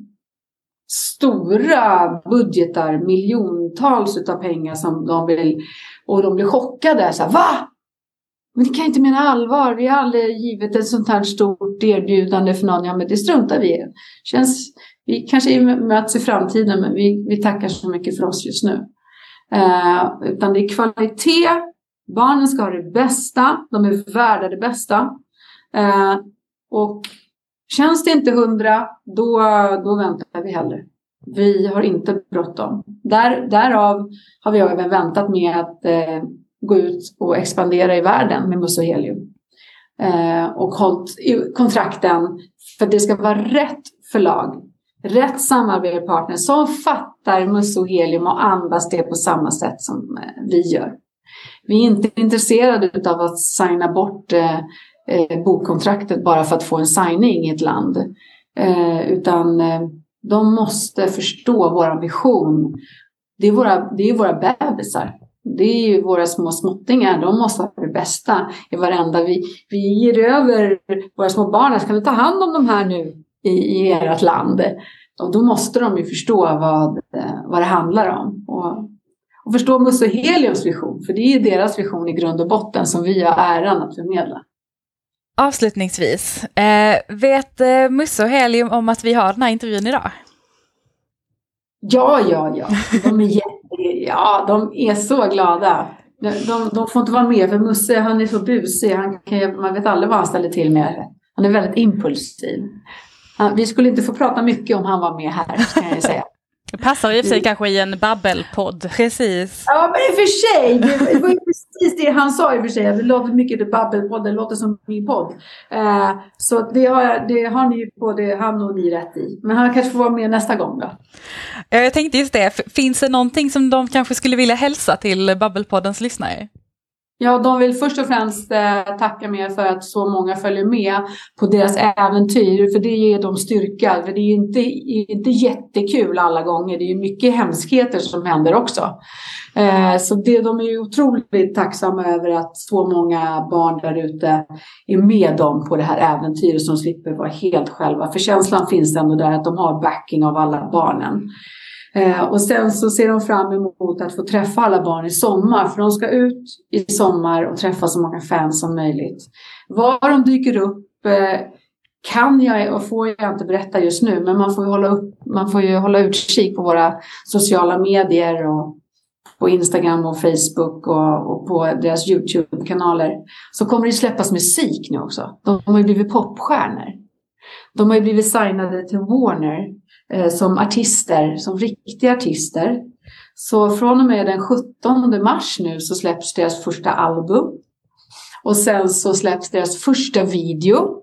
stora budgetar, miljontals utav pengar som de vill, och de blir chockade. Så här, va? Men det kan inte mena allvar. Vi har aldrig givet ett sånt här stort erbjudande för någon. Ja, men det struntar vi i. Känns, vi kanske möts i framtiden, men vi, vi tackar så mycket för oss just nu. Eh, utan det är kvalitet. Barnen ska ha det bästa. De är värda det bästa. Eh, och känns det inte hundra, då, då väntar vi hellre. Vi har inte bråttom. Där, därav har vi även väntat med att eh, gå ut och expandera i världen med Musse Helium. Eh, och hållit i kontrakten för det ska vara rätt förlag. Rätt samarbetspartner som fattar Musse Helium och andas det på samma sätt som eh, vi gör. Vi är inte intresserade av att signa bort eh, eh, bokkontraktet bara för att få en signing i ett land. Eh, utan eh, de måste förstå vår vision. Det är våra, det är våra bebisar. Det är ju våra små småttingar. De måste ha det bästa i varenda. Vi, vi ger över våra små barn. Ska vi ta hand om de här nu i, i ert land? Och då måste de ju förstå vad, vad det handlar om. Och, och förstå Musse och Heliums vision. För det är deras vision i grund och botten som vi har äran att förmedla. Avslutningsvis, eh, vet eh, Musse och Helium om att vi har den här intervjun idag? Ja, ja, ja. De är, jätte, ja, de är så glada. De, de, de får inte vara med för Musse, han är så busig. Han kan, man vet aldrig vad han ställer till med. Han är väldigt impulsiv. Han, vi skulle inte få prata mycket om han var med här, kan jag säga. Det passar i och för sig mm. kanske i en babbelpodd. Precis. Ja, men i och för sig. Det var ju precis det han sa i och för sig. Det låter mycket till babbelpodd. Det låter som min podd. Uh, så det har, det har ni ju både han och ni rätt i. Men han kanske får vara med nästa gång då. Jag tänkte just det. Finns det någonting som de kanske skulle vilja hälsa till babbelpoddens lyssnare? Ja, de vill först och främst eh, tacka mer för att så många följer med på deras äventyr. För det ger dem styrka. För det är ju inte, inte jättekul alla gånger. Det är ju mycket hemskheter som händer också. Eh, så det, de är ju otroligt tacksamma över att så många barn där ute är med dem på det här äventyret som slipper vara helt själva. För känslan finns ändå där att de har backing av alla barnen. Eh, och sen så ser de fram emot att få träffa alla barn i sommar. För de ska ut i sommar och träffa så många fans som möjligt. Var de dyker upp eh, kan jag och får jag inte berätta just nu. Men man får ju hålla, upp, man får ju hålla utkik på våra sociala medier. Och på Instagram och Facebook och, och på deras YouTube-kanaler. Så kommer det släppas musik nu också. De har ju blivit popstjärnor. De har ju blivit signade till Warner. Som artister, som riktiga artister. Så från och med den sjuttonde mars nu så släpps deras första album. Och sen så släpps deras första video.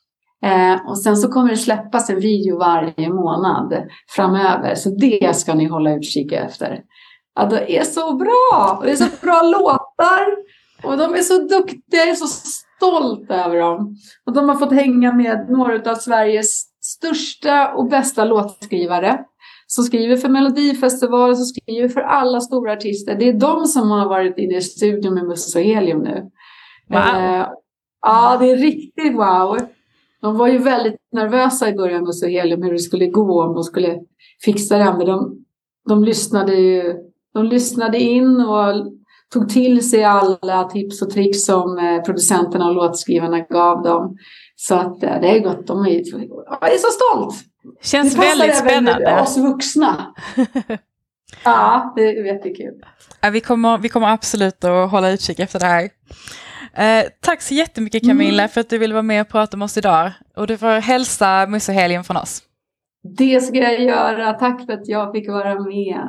Eh, och sen så kommer det släppas en video varje månad framöver. Så det ska ni hålla utkik efter. Ja, det är så bra! Och det är så bra låtar. Och de är så duktiga, jag är så stolt över dem. Och de har fått hänga med några av Sveriges största och bästa låtskrivare som skriver för Melodifestivalen, som skriver för alla stora artister. Det är de som har varit inne i studion med Musse och Helium nu. Wow. Eh, ja, det är riktigt wow. De var ju väldigt nervösa i början, Musse och Helium, hur det skulle gå, om de skulle fixa det. Men de, de, lyssnade ju, de lyssnade in och tog till sig alla tips och tricks som producenterna och låtskrivarna gav dem. Så att det är gott. De är, jag är så stolt. Känns väldigt spännande. Oss vuxna. Ja, det är jättekul. Ja, vi, kommer, vi kommer absolut att hålla utkik efter det här. Eh, tack så jättemycket Camilla mm. för att du ville vara med och prata med oss idag. Och du får hälsa Musse och Helium från oss. Det ska jag göra. Tack för att jag fick vara med.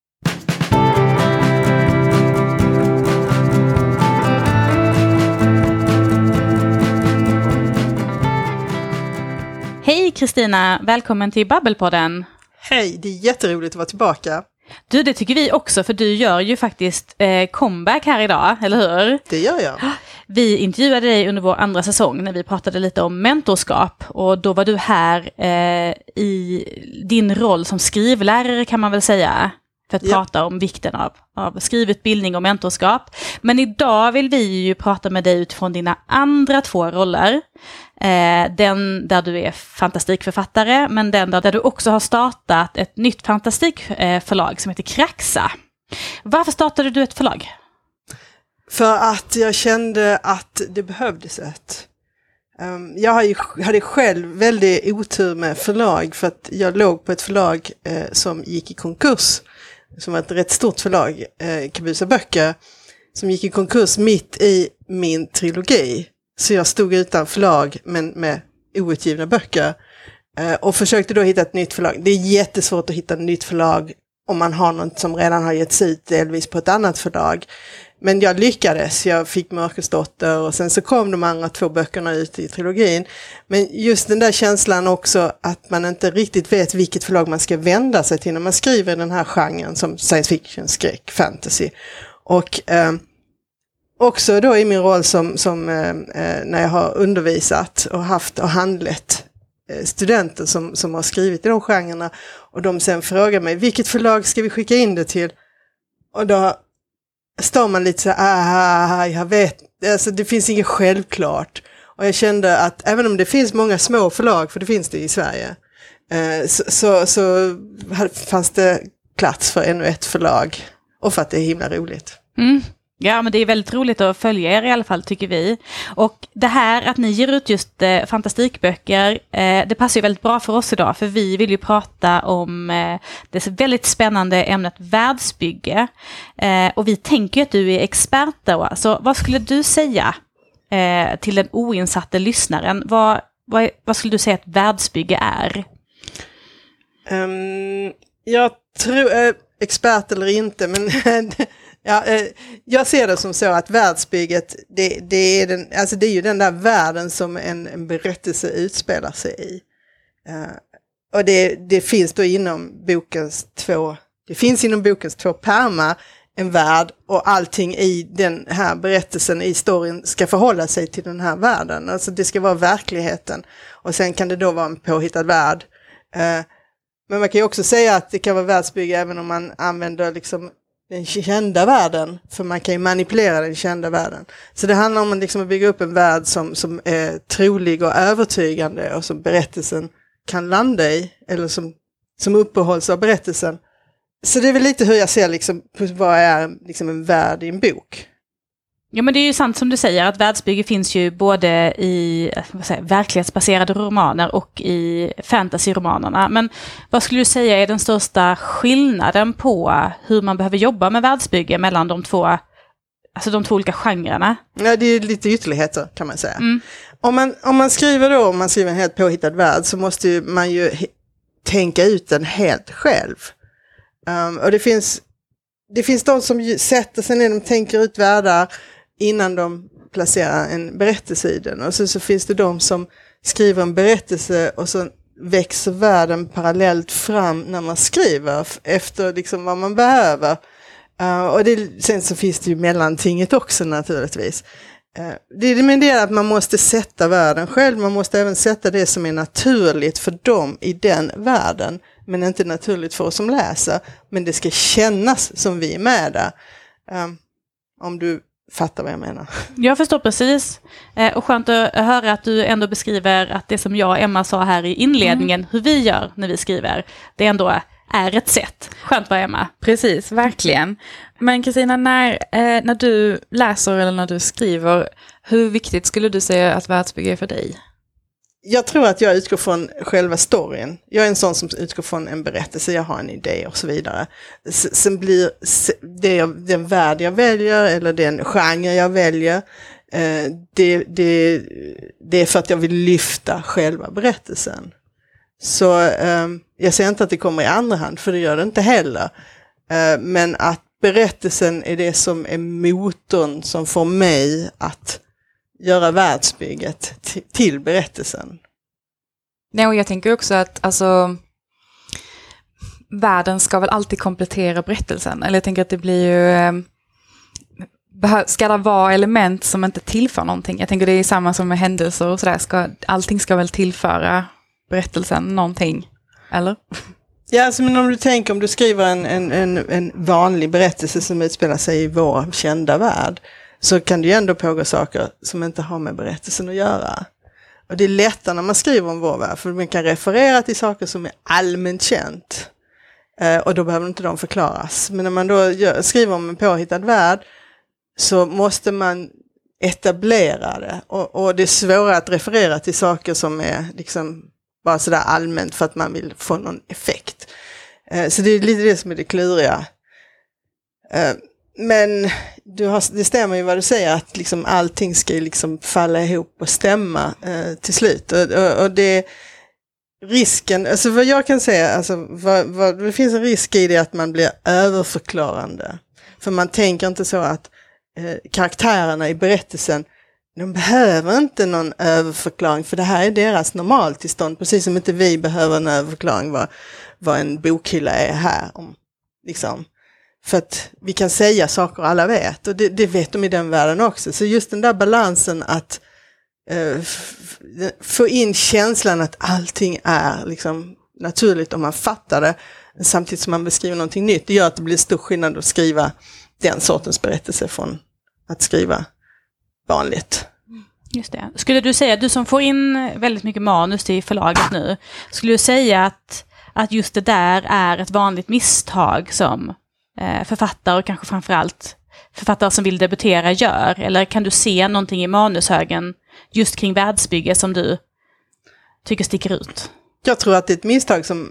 Hej Kristina, välkommen till Babbelpodden. Hej, det är jätteroligt att vara tillbaka. Du, det tycker vi också, för du gör ju faktiskt eh, comeback här idag, eller hur? Det gör jag. Vi intervjuade dig under vår andra säsong när vi pratade lite om mentorskap. Och då var du här eh, i din roll som skrivlärare, kan man väl säga. För att ja. prata om vikten av, av skrivutbildning och mentorskap. Men idag vill vi ju prata med dig utifrån dina andra två roller. Eh, den där du är fantastikförfattare, men den där, där du också har startat ett nytt fantastikförlag som heter Kraxa. Varför startade du ett förlag? För att jag kände att det behövdes ett. Um, jag hade, hade själv väldigt otur med förlag, för att jag låg på ett förlag eh, som gick i konkurs. Som var ett rätt stort förlag, eh, Kabusa Böcker, som gick i konkurs mitt i min trilogi. Så jag stod utan förlag men med outgivna böcker. Eh, och försökte då hitta ett nytt förlag. Det är jättesvårt att hitta ett nytt förlag om man har något som redan har getts ut delvis på ett annat förlag. Men jag lyckades, jag fick Mörkersdotter och sen så kom de andra två böckerna ut i trilogin. Men just den där känslan också att man inte riktigt vet vilket förlag man ska vända sig till när man skriver den här genren som science fiction, skräck, fantasy. Och eh, också då i min roll som, som eh, när jag har undervisat och haft och handlett eh, studenter som, som har skrivit i de genrerna, och de sen frågar mig, vilket förlag ska vi skicka in det till? Och då står man lite så här, ah, jag vet, alltså det finns inget självklart. Och jag kände att även om det finns många små förlag, för det finns det i Sverige, eh, så, så, så fanns det plats för ännu ett förlag. Och för att det är himla roligt. Mm. Ja, men det är väldigt roligt att följa er i alla fall, tycker vi. Och det här att ni ger ut just eh, fantastikböcker, eh, det passar ju väldigt bra för oss idag. För vi vill ju prata om eh, det väldigt spännande ämnet världsbygge. Eh, och vi tänker att du är expert då. Så vad skulle du säga eh, till den oinsatte lyssnaren? Vad, vad, vad skulle du säga att världsbygge är? Um, jag tror, eh, expert eller inte, men... Ja, eh, jag ser det som så att världsbygget, det, det, är, den, alltså det är ju den där världen som en, en berättelse utspelar sig i. Uh, och det, det finns då inom bokens två, det finns inom bokens två pärmar en värld, och allting i den här berättelsen, i storyn, ska förhålla sig till den här världen. Alltså det ska vara verkligheten. Och sen kan det då vara en påhittad värld. Uh, men man kan ju också säga att det kan vara världsbygge även om man använder liksom den kända världen, för man kan ju manipulera den kända världen. Så det handlar om att, liksom att bygga upp en värld som, som är trolig och övertygande, och som berättelsen kan landa i, eller som, som uppehålls av berättelsen. Så det är väl lite hur jag ser liksom, på vad är liksom en värld i en bok. Ja, men det är ju sant som du säger att världsbygge finns ju både i vad säger, verklighetsbaserade romaner och i fantasyromanerna. Men vad skulle du säga är den största skillnaden på hur man behöver jobba med världsbygge mellan de två, alltså de två olika genrerna? Ja, det är lite ytterligheter kan man säga. Mm. Om man, om man skriver då, om man skriver en helt påhittad värld, så måste ju man ju he- tänka ut den helt själv. Um, och det finns, det finns de som ju sätter sig när de tänker ut världar innan de placerar en berättelse i den. Och så, så finns det de som skriver en berättelse och så växer världen parallellt fram när man skriver efter liksom vad man behöver. Uh, och det, sen så finns det ju mellantinget också naturligtvis. Uh, det är men det är att man måste sätta världen själv. Man måste även sätta det som är naturligt för dem i den världen. Men inte naturligt för oss som läser. Men det ska kännas som vi är med där. Uh, om du fattar vad jag menar. Jag förstår precis. Eh, och skönt att höra att du ändå beskriver att det som jag och Emma sa här i inledningen, mm. hur vi gör när vi skriver, det ändå är ett sätt. Skönt var Emma. Precis, verkligen. Men Kristina, när, eh, när du läser eller när du skriver, hur viktigt skulle du säga att världsbygge är för dig? Jag tror att jag utgår från själva storyn. Jag är en sån som utgår från en berättelse, jag har en idé och så vidare. Sen blir det den värld jag väljer eller den genre jag väljer, det, det, det är för att jag vill lyfta själva berättelsen. Så jag säger inte att det kommer i andra hand, för det gör det inte heller. Men att berättelsen är det som är motorn som får mig att göra världsbygget t- till berättelsen. Nej, och jag tänker också att alltså, världen ska väl alltid komplettera berättelsen. Eller jag tänker att det blir ju... Eh, behö- ska det vara element som inte tillför någonting? Jag tänker det är samma som med händelser och sådär. Ska, allting ska väl tillföra berättelsen någonting, eller? Ja, alltså, men om du tänker, om du skriver en, en, en, en vanlig berättelse som utspelar sig i vår kända värld, så kan det ju ändå pågå saker som inte har med berättelsen att göra. Och det är lättare när man skriver om vår värld, för man kan referera till saker som är allmänt känt. Eh, och då behöver inte de förklaras. Men när man då gör, skriver om en påhittad värld, så måste man etablera det. Och, och det är svårare att referera till saker som är liksom bara sådär allmänt för att man vill få någon effekt. Eh, så det är lite det som är det kluriga. Eh, Men du har, det stämmer ju vad du säger, att liksom allting ska liksom falla ihop och stämma eh, till slut. Och, och, och det risken, alltså vad jag kan säga, alltså vad, vad, det finns en risk i det att man blir överförklarande. För man tänker inte så att eh, karaktärerna i berättelsen, de behöver inte någon överförklaring, för det här är deras normaltillstånd, precis som inte vi behöver en överförklaring vad, vad en bokhylla är här om, liksom. för att vi kan säga saker alla vet. Och det, det vet de i den världen också. Så just den där balansen att uh, f- få in känslan att allting är liksom naturligt om man fattar det. Samtidigt som man beskriver någonting nytt. Det gör att det blir stor skillnad att skriva den sortens berättelse från att skriva vanligt. Just det. Skulle du säga, du som får in väldigt mycket manus till förlaget nu, skulle du säga att, att just det där är ett vanligt misstag som eh, författare och kanske framförallt författare som vill debutera gör? Eller kan du se någonting i manushögen just kring världsbygge som du tycker sticker ut? Jag tror att det är ett misstag som,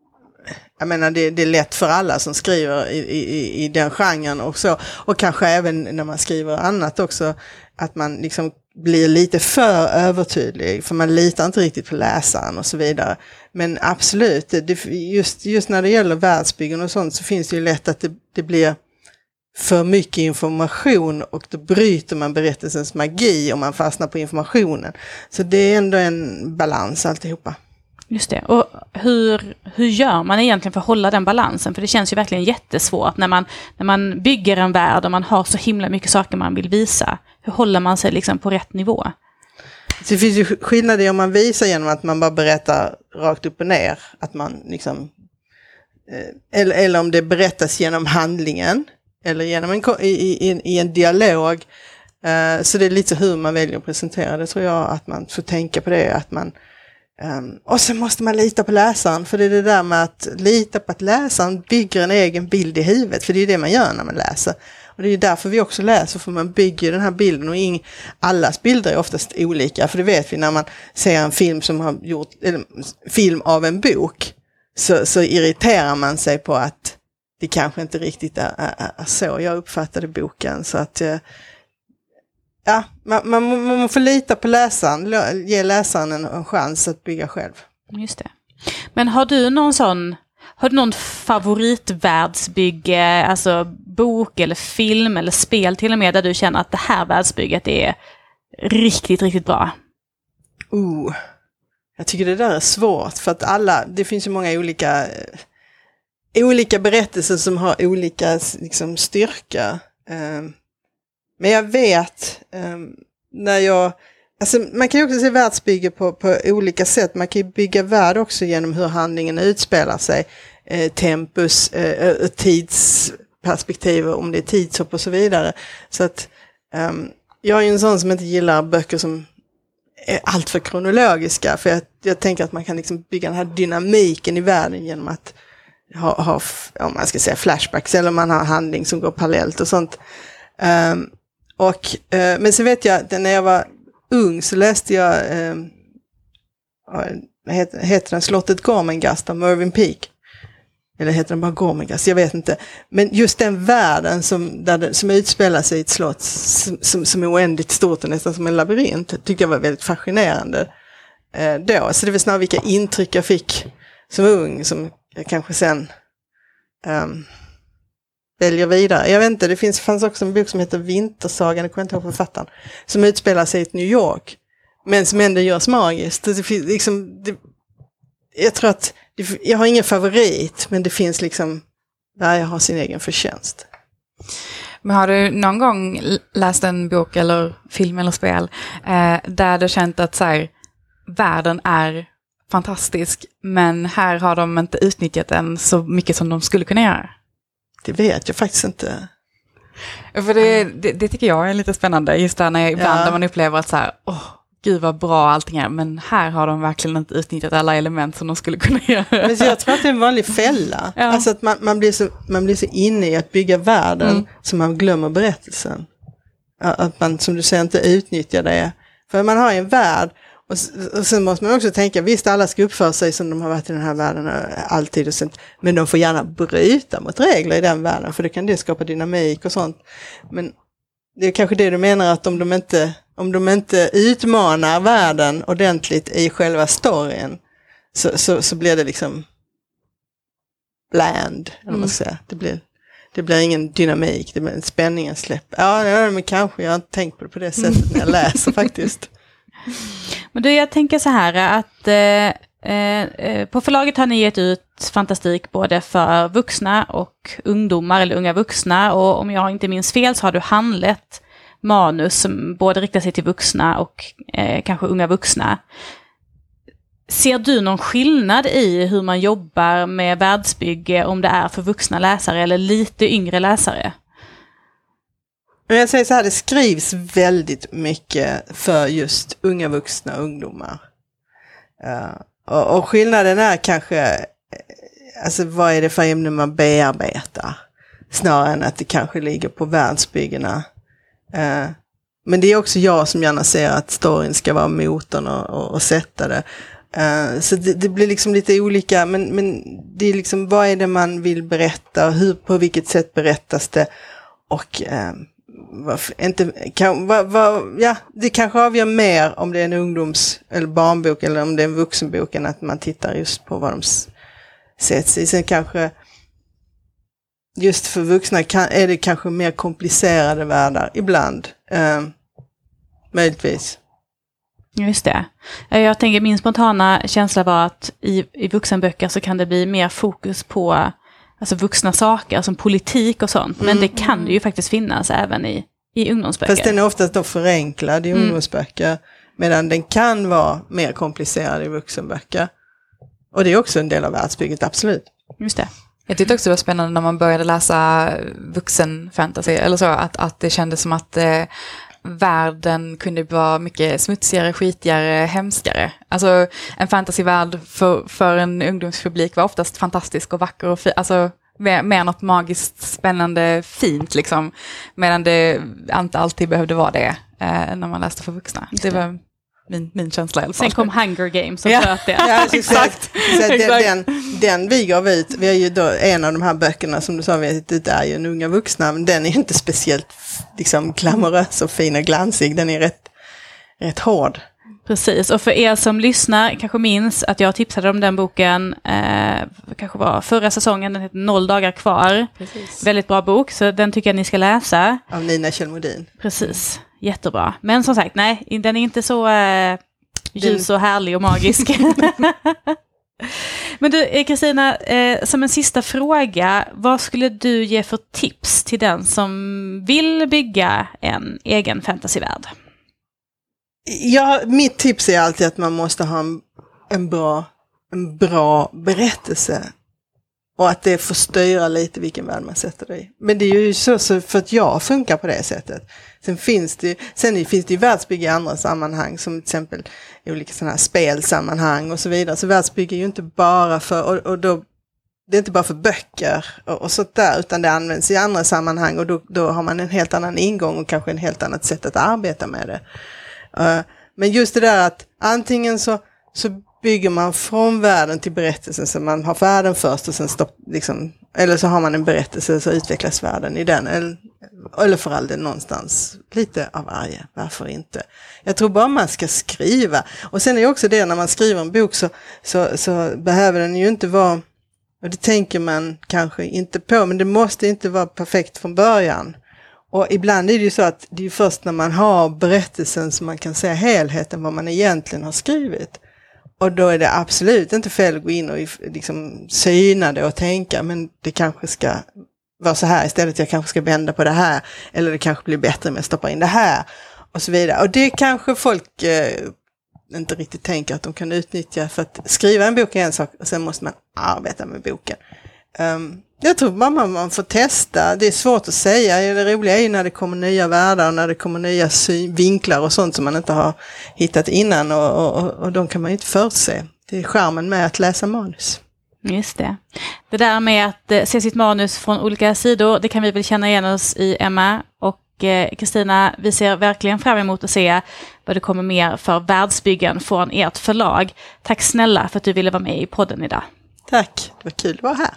jag menar det, det är lätt för alla som skriver i, i, i den genren och så, och kanske även när man skriver annat också, att man liksom blir lite för övertydlig, för man litar inte riktigt på läsaren och så vidare. Men absolut, det, just, just när det gäller världsbyggen och sånt så finns det ju lätt att det, det blir för mycket information och då bryter man berättelsens magi om man fastnar på informationen. Så det är ändå en balans alltihopa. Just det. Och hur, hur gör man egentligen för att hålla den balansen? För det känns ju verkligen jättesvårt när man, när man bygger en värld och man har så himla mycket saker man vill visa. Hur håller man sig liksom på rätt nivå? Så det finns ju skillnader om man visar genom att man bara berättar rakt upp och ner. Att man liksom, eller, eller om det berättas genom handlingen. Eller genom en, i, i, i en dialog. Så det är lite hur man väljer att presentera det, tror jag. Att man får tänka på det. Att man Um, och så måste man lita på läsaren, för det är det där med att lita på att läsaren bygger en egen bild i huvudet, för det är det man gör när man läser. Och det är därför vi också läser, för man bygger den här bilden, och ing, allas bilder är oftast olika, för det vet vi när man ser en film som har gjort, eller film av en bok, så, så irriterar man sig på att det kanske inte riktigt är, är, är så jag uppfattade boken, så att ja, man, man, man får lita på läsaren, ge läsaren en, en chans att bygga själv. Just det. Men har du någon sån, har du någon favoritvärldsbygge, alltså bok eller film eller spel till och med, där du känner att det här världsbygget är riktigt, riktigt bra? Oh, jag tycker det där är svårt, för att alla, det finns ju många olika olika berättelser som har olika liksom, styrka. Um, Men jag vet, um, när jag, alltså man kan ju också se världsbygge på, på olika sätt. Man kan ju bygga värld också genom hur handlingen utspelar sig. Eh, tempus, eh, tidsperspektiv, om det är tidshopp och så vidare. Så att um, jag är ju en sån som inte gillar böcker som är alltför kronologiska. För jag, jag tänker att man kan liksom bygga den här dynamiken i världen genom att ha, ha om man ska säga flashbacks, eller man har handling som går parallellt och sånt. Um, Och, eh, men så vet jag att när jag var ung så läste jag, eh, vad heter, heter den, Slottet Gormenghast av Mervyn Peake. Eller heter den bara Gormenghast, jag vet inte. Men just den världen som, där det, som utspelar sig i ett slott som, som, som är oändligt stort och nästan som en labyrint, tyckte jag var väldigt fascinerande eh, då. Så det var snarare vilka intryck jag fick som ung som jag kanske sen Um, väljer vidare. Jag vet inte, det finns, fanns också en bok som heter Vintersagan, jag kommer inte ihåg författaren, som utspelar sig i ett New York, men som ändå görs magiskt. Det finns, liksom, det, jag tror att, det, jag har ingen favorit, men det finns liksom, varje har sin egen förtjänst. Men har du någon gång läst en bok eller film eller spel eh, där du känt att så här, världen är fantastisk, men här har de inte utnyttjat den så mycket som de skulle kunna göra? Det vet jag faktiskt inte. För det, det, det tycker jag är lite spännande. Just där när ibland ja. Där man upplever att så här, åh, gud vad bra allting är. Men här har de verkligen inte utnyttjat alla element som de skulle kunna göra. Men så jag tror att det är en vanlig fälla. Ja. Alltså att man, man, blir så, man blir så inne i att bygga världen mm. så man glömmer berättelsen. Att man, som du säger, inte utnyttjar det. För man har en värld. Och, och sen måste man också tänka, visst alla ska uppföra sig som de har varit i den här världen alltid och sånt, men de får gärna bryta mot regler i den världen, för det kan det skapa dynamik och sånt. Men det är kanske det du menar, att om de inte, om de inte utmanar världen ordentligt i själva storyn, så, så, så blir det liksom bland, eller vad man ska säga. Det blir, det blir ingen dynamik, det blir spänningen släpper. Ja, ja, men kanske, jag har inte tänkt på det på det sättet när jag läser faktiskt. Men du, jag tänker så här att eh, Eh, på förlaget har ni gett ut fantastik både för vuxna och ungdomar eller unga vuxna, och om jag inte minns fel så har du handlet manus som både riktar sig till vuxna och eh, kanske unga vuxna. Ser du någon skillnad i hur man jobbar med världsbygge om det är för vuxna läsare eller lite yngre läsare? Jag säger så här, det skrivs väldigt mycket för just unga vuxna och ungdomar. Uh, och, och skillnaden är kanske, alltså vad är det för ämne man bearbetar? Snarare än att det kanske ligger på världsbyggena. Uh, men det är också jag som gärna ser att storyn ska vara motorn och, och, och sätta det. Uh, så det, det blir liksom lite olika, men, men det är liksom, vad är det man vill berätta och hur, på vilket sätt berättas det, och uh, varför, inte, kan, vad, vad, ja, det kanske avgör mer om det är en ungdoms- eller barnbok eller om det är en vuxenbok, än att man tittar just på vad de sätts i. Sen kanske just för vuxna kan, är det kanske mer komplicerade världar ibland, uh, möjligtvis. Just det. Jag tänker, min spontana känsla var att i, i vuxenböcker så kan det bli mer fokus på alltså vuxna saker som politik och sånt. Men mm. det kan det ju faktiskt finnas även i, i ungdomsböcker. Fast den är oftast då förenklad i mm. ungdomsböcker, medan den kan vara mer komplicerad i vuxenböcker. Och det är också en del av världsbygget, absolut. Just det. Jag tyckte också det var spännande när man började läsa vuxenfantasy, eller så, att, att det kändes som att eh, världen kunde vara mycket smutsigare, skitigare, hemskare. Alltså en fantasyvärld för, för en ungdomspublik var oftast fantastisk och vacker och fi- alltså mer, mer något magiskt, spännande, fint liksom. Medan det inte alltid behövde vara det eh, när man läste för vuxna. Det var min, min känsla i alla fall. Sen kom Hunger Games och ja. flöt det. Ja, exakt. Den, den, den vi gav ut, vi har ju då en av de här böckerna som du sa, vi har ut, är ju en unga vuxna, men den är inte speciellt liksom glamorös och fin och glansig, den är rätt, rätt hård. Precis, och för er som lyssnar kanske minns att jag tipsade om den boken, eh, kanske var förra säsongen, den heter Noll dagar kvar. Precis. Väldigt bra bok, så den tycker jag ni ska läsa. Av Nina Kjellmodin. Precis, jättebra. Men som sagt, nej, den är inte så eh, ljus den... och härlig och magisk. Men du, Kristina, eh, som en sista fråga, vad skulle du ge för tips till den som vill bygga en egen fantasyvärld? Ja, mitt tips är alltid att man måste ha en, en, bra, en bra berättelse. Och att det får styra lite vilken värld man sätter det i. Men det är ju så, så för att jag funkar på det sättet. Sen finns det, sen finns det ju världsbygge i andra sammanhang, som till exempel i olika sådana här spelsammanhang och så vidare. Så världsbygge är ju inte bara för, och, och då, det är inte bara för böcker och, och sånt där, utan det används i andra sammanhang, och då, då har man en helt annan ingång och kanske en helt annat sätt att arbeta med det. Uh, men just det där att antingen så, så bygger man från världen till berättelsen, så man har världen först och sen stopp, liksom, eller så har man en berättelse så utvecklas världen i den, eller, eller för all del någonstans lite av varje, varför inte. Jag tror bara man ska skriva, och sen är också det, när man skriver en bok så, så, så behöver den ju inte vara, och det tänker man kanske inte på, men det måste inte vara perfekt från början. Och ibland är det ju så att det är först när man har berättelsen som man kan se helheten, vad man egentligen har skrivit. Och då är det absolut inte fel att gå in och liksom syna det och tänka, men det kanske ska vara så här istället, jag kanske ska vända på det här, eller det kanske blir bättre med att stoppa in det här och så vidare. Och det kanske folk eh, inte riktigt tänker att de kan utnyttja, för att skriva en bok är en sak och sen måste man arbeta med boken. Um, jag tror bara man får testa, det är svårt att säga, det roliga är ju när det kommer nya världar och när det kommer nya sy- vinklar och sånt som man inte har hittat innan, och, och, och de kan man ju inte förutse. Det är charmen med att läsa manus. Just det. Det där med att eh, se sitt manus från olika sidor, det kan vi väl känna igen oss i, Emma. Och Kristina, vi ser verkligen fram emot att se vad det kommer mer för världsbyggen från ert förlag. Tack snälla för att du ville vara med i podden idag. Tack, det var kul att vara här.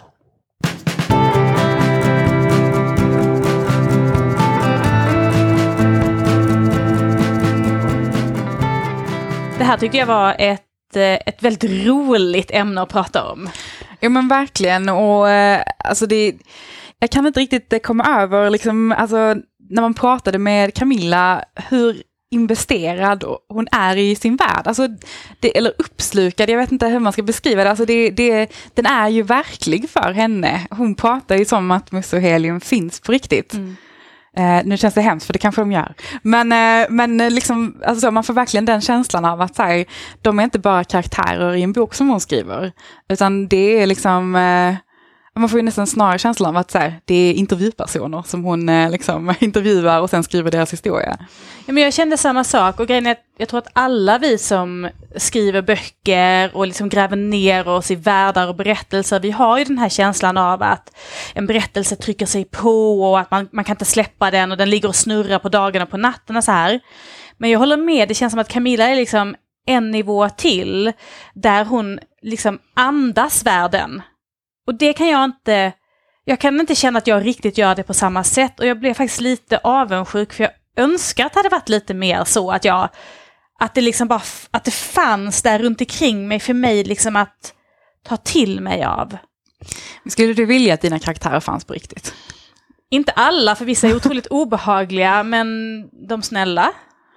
Det här tyckte jag var ett, ett väldigt roligt ämne att prata om. Ja, men verkligen. Och alltså det, jag kan inte riktigt komma över liksom, alltså, när man pratade med Camilla, hur investerad och hon är i sin värld. Alltså, det, eller uppslukad, jag vet inte hur man ska beskriva det. Alltså det, det. Den är ju verklig för henne. Hon pratar ju som att Musse och Helium finns på riktigt. Mm. Uh, nu känns det hemskt, för det kanske de gör. Men, uh, men liksom, alltså, man får verkligen den känslan av att så här, de är inte bara karaktärer i en bok som hon skriver. Utan det är liksom... Uh, man får ju nästan snarare känslan av att så här, det är intervjupersoner som hon uh, liksom, intervjuar och sen skriver deras historia. Ja, men jag kände samma sak, och grejen är att jag tror att alla vi som skriver böcker och liksom gräver ner oss i världar och berättelser, vi har ju den här känslan av att en berättelse trycker sig på och att man, man kan inte släppa den och den ligger och snurrar på dagarna och på natterna så här. Men jag håller med, det känns som att Camilla är liksom en nivå till där hon liksom andas världen. Och det kan jag inte, jag kan inte känna att jag riktigt gör det på samma sätt, och jag blev faktiskt lite avundsjuk, för jag önskar att det hade varit lite mer så att jag, att det liksom bara, att det fanns där runt omkring mig för mig liksom att ta till mig av. Skulle du vilja att dina karaktärer fanns på riktigt? Inte alla, för vissa är otroligt obehagliga, men de snälla.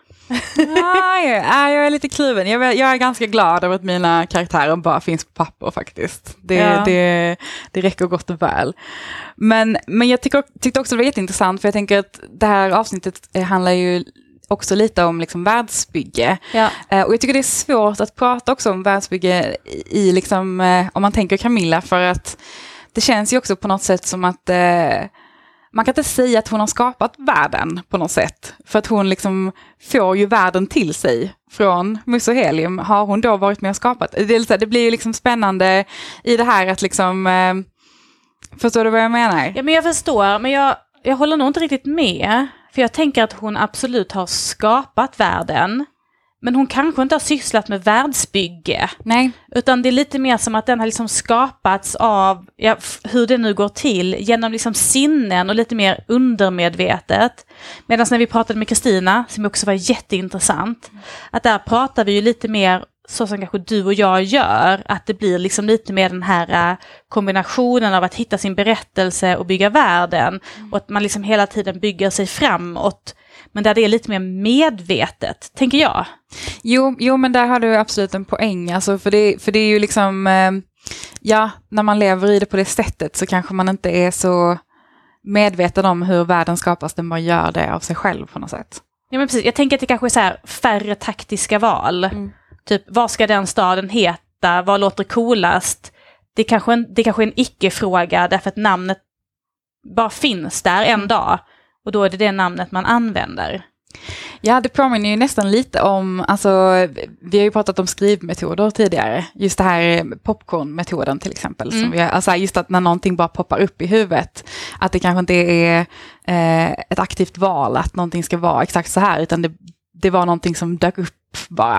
Nej, jag är lite kluven. Jag är, jag är ganska glad över att mina karaktärer bara finns på papper faktiskt. Det, ja. det, det räcker gott och väl. Men, men jag tycker, tyckte också det var jätteintressant, för jag tänker att det här avsnittet handlar ju också lite om liksom världsbygge. Ja. Och jag tycker det är svårt att prata också om världsbygge i liksom, om man tänker Camilla, för att det känns ju också på något sätt som att eh, man kan inte säga att hon har skapat världen på något sätt. För att hon liksom får ju världen till sig från Musse och Helium. Har hon då varit med och skapat? Det, det blir ju liksom spännande i det här att liksom... Eh, förstår du vad jag menar? Ja, men jag förstår. Men jag, jag håller nog inte riktigt med. För jag tänker att hon absolut har skapat världen. Men hon kanske inte har sysslat med världsbygge. Nej. Utan det är lite mer som att den har liksom skapats av, ja, hur det nu går till, genom liksom sinnen och lite mer undermedvetet. Medan när vi pratade med Kristina, som också var jätteintressant, att där pratar vi ju lite mer så som kanske du och jag gör, att det blir liksom lite mer den här kombinationen av att hitta sin berättelse och bygga världen. Mm. Och att man liksom hela tiden bygger sig framåt. Men där det är lite mer medvetet, tänker jag. Jo, jo, men där har du absolut en poäng. Alltså, för, det, för det är ju liksom, eh, ja, när man lever i det på det sättet så kanske man inte är så medveten om hur världen skapas, den bara gör det av sig själv på något sätt. Ja, men precis. Jag tänker att det kanske är så här färre taktiska val. Mm. Typ, vad ska den staden heta? Vad låter coolast? Det är kanske en, det är kanske en icke-fråga, därför att namnet bara finns där en mm. dag. Och då är det det namnet man använder. Ja, det påminner ju nästan lite om, alltså, vi har ju pratat om skrivmetoder tidigare. Just det här popcornmetoden till exempel. Mm. Som vi, alltså just att när någonting bara poppar upp i huvudet. Att det kanske inte är eh, ett aktivt val att någonting ska vara exakt så här. Utan det, det var någonting som dök upp bara.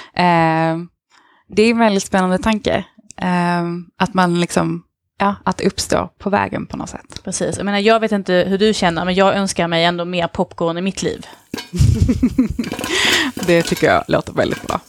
Eh, det är en väldigt spännande tanke. Eh, att man liksom... Ja, att det uppstår på vägen på något sätt. Precis. Jag menar, jag vet inte hur du känner, men jag önskar mig ändå mer popcorn i mitt liv. Det tycker jag låter väldigt bra.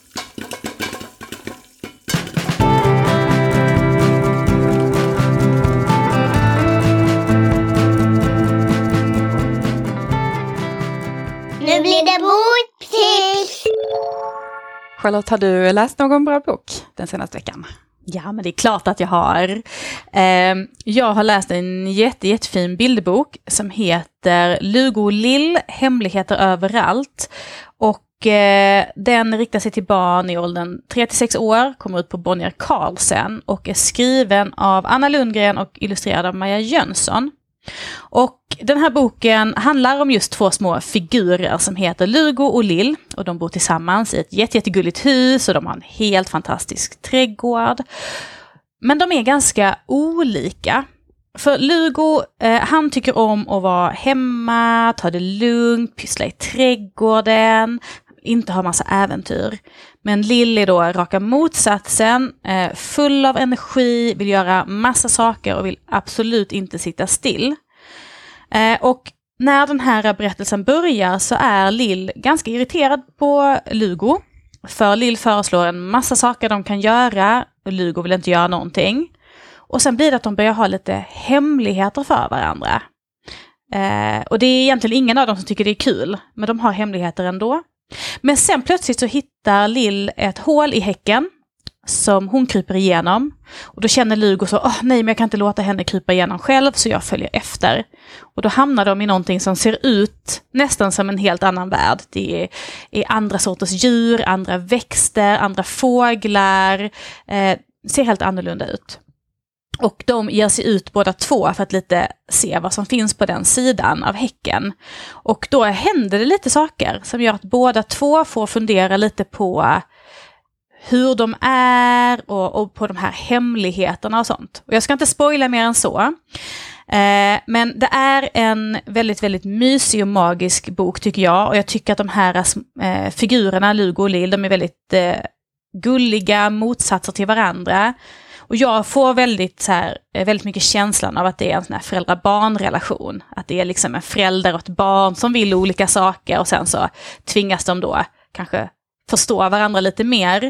Nu blir det boktips! Charlotte, har du läst någon bra bok den senaste veckan? Ja, men det är klart att jag har. Eh, jag har läst en jätte, jättefin bildbok som heter Lugo och Lill, hemligheter överallt. Och eh, den riktar sig till barn i åldern tre till sex år, kommer ut på Bonnier Carlsen och är skriven av Anna Lundgren och illustrerad av Maja Jönsson. Och den här boken handlar om just två små figurer som heter Lugo och Lill, och de bor tillsammans i ett jätte, jättegulligt hus och de har en helt fantastisk trädgård. Men de är ganska olika. För Lugo, eh, han tycker om att vara hemma, ta det lugnt, pyssla i trädgården, inte ha massa äventyr. Men Lill är då raka motsatsen, eh, full av energi, vill göra massa saker och vill absolut inte sitta still. Eh, och när den här berättelsen börjar så är Lill ganska irriterad på Lugo. För Lill föreslår en massa saker de kan göra och Lugo vill inte göra någonting. Och sen blir det att de börjar ha lite hemligheter för varandra. Eh, och det är egentligen ingen av dem som tycker det är kul, men de har hemligheter ändå. Men sen plötsligt så hittar Lill ett hål i häcken som hon kryper igenom. Och då känner Lugo så, åh nej men jag kan inte låta henne krypa igenom själv så jag följer efter. Och då hamnar de i någonting som ser ut nästan som en helt annan värld. Det är, är andra sorters djur, andra växter, andra fåglar. Eh, ser helt annorlunda ut. Och de ger sig ut båda två för att lite se vad som finns på den sidan av häcken. Och då händer det lite saker som gör att båda två får fundera lite på hur de är och, och på de här hemligheterna och sånt. Och jag ska inte spoila mer än så. Eh, men det är en väldigt, väldigt mysig och magisk bok tycker jag. Och jag tycker att de här eh, figurerna, Lugo och Lill, de är väldigt eh, gulliga motsatser till varandra. Och jag får väldigt, så här, väldigt mycket känslan av att det är en sån här föräldrar-barn-relation. Att det är liksom en förälder och ett barn som vill olika saker och sen så tvingas de då kanske förstå varandra lite mer.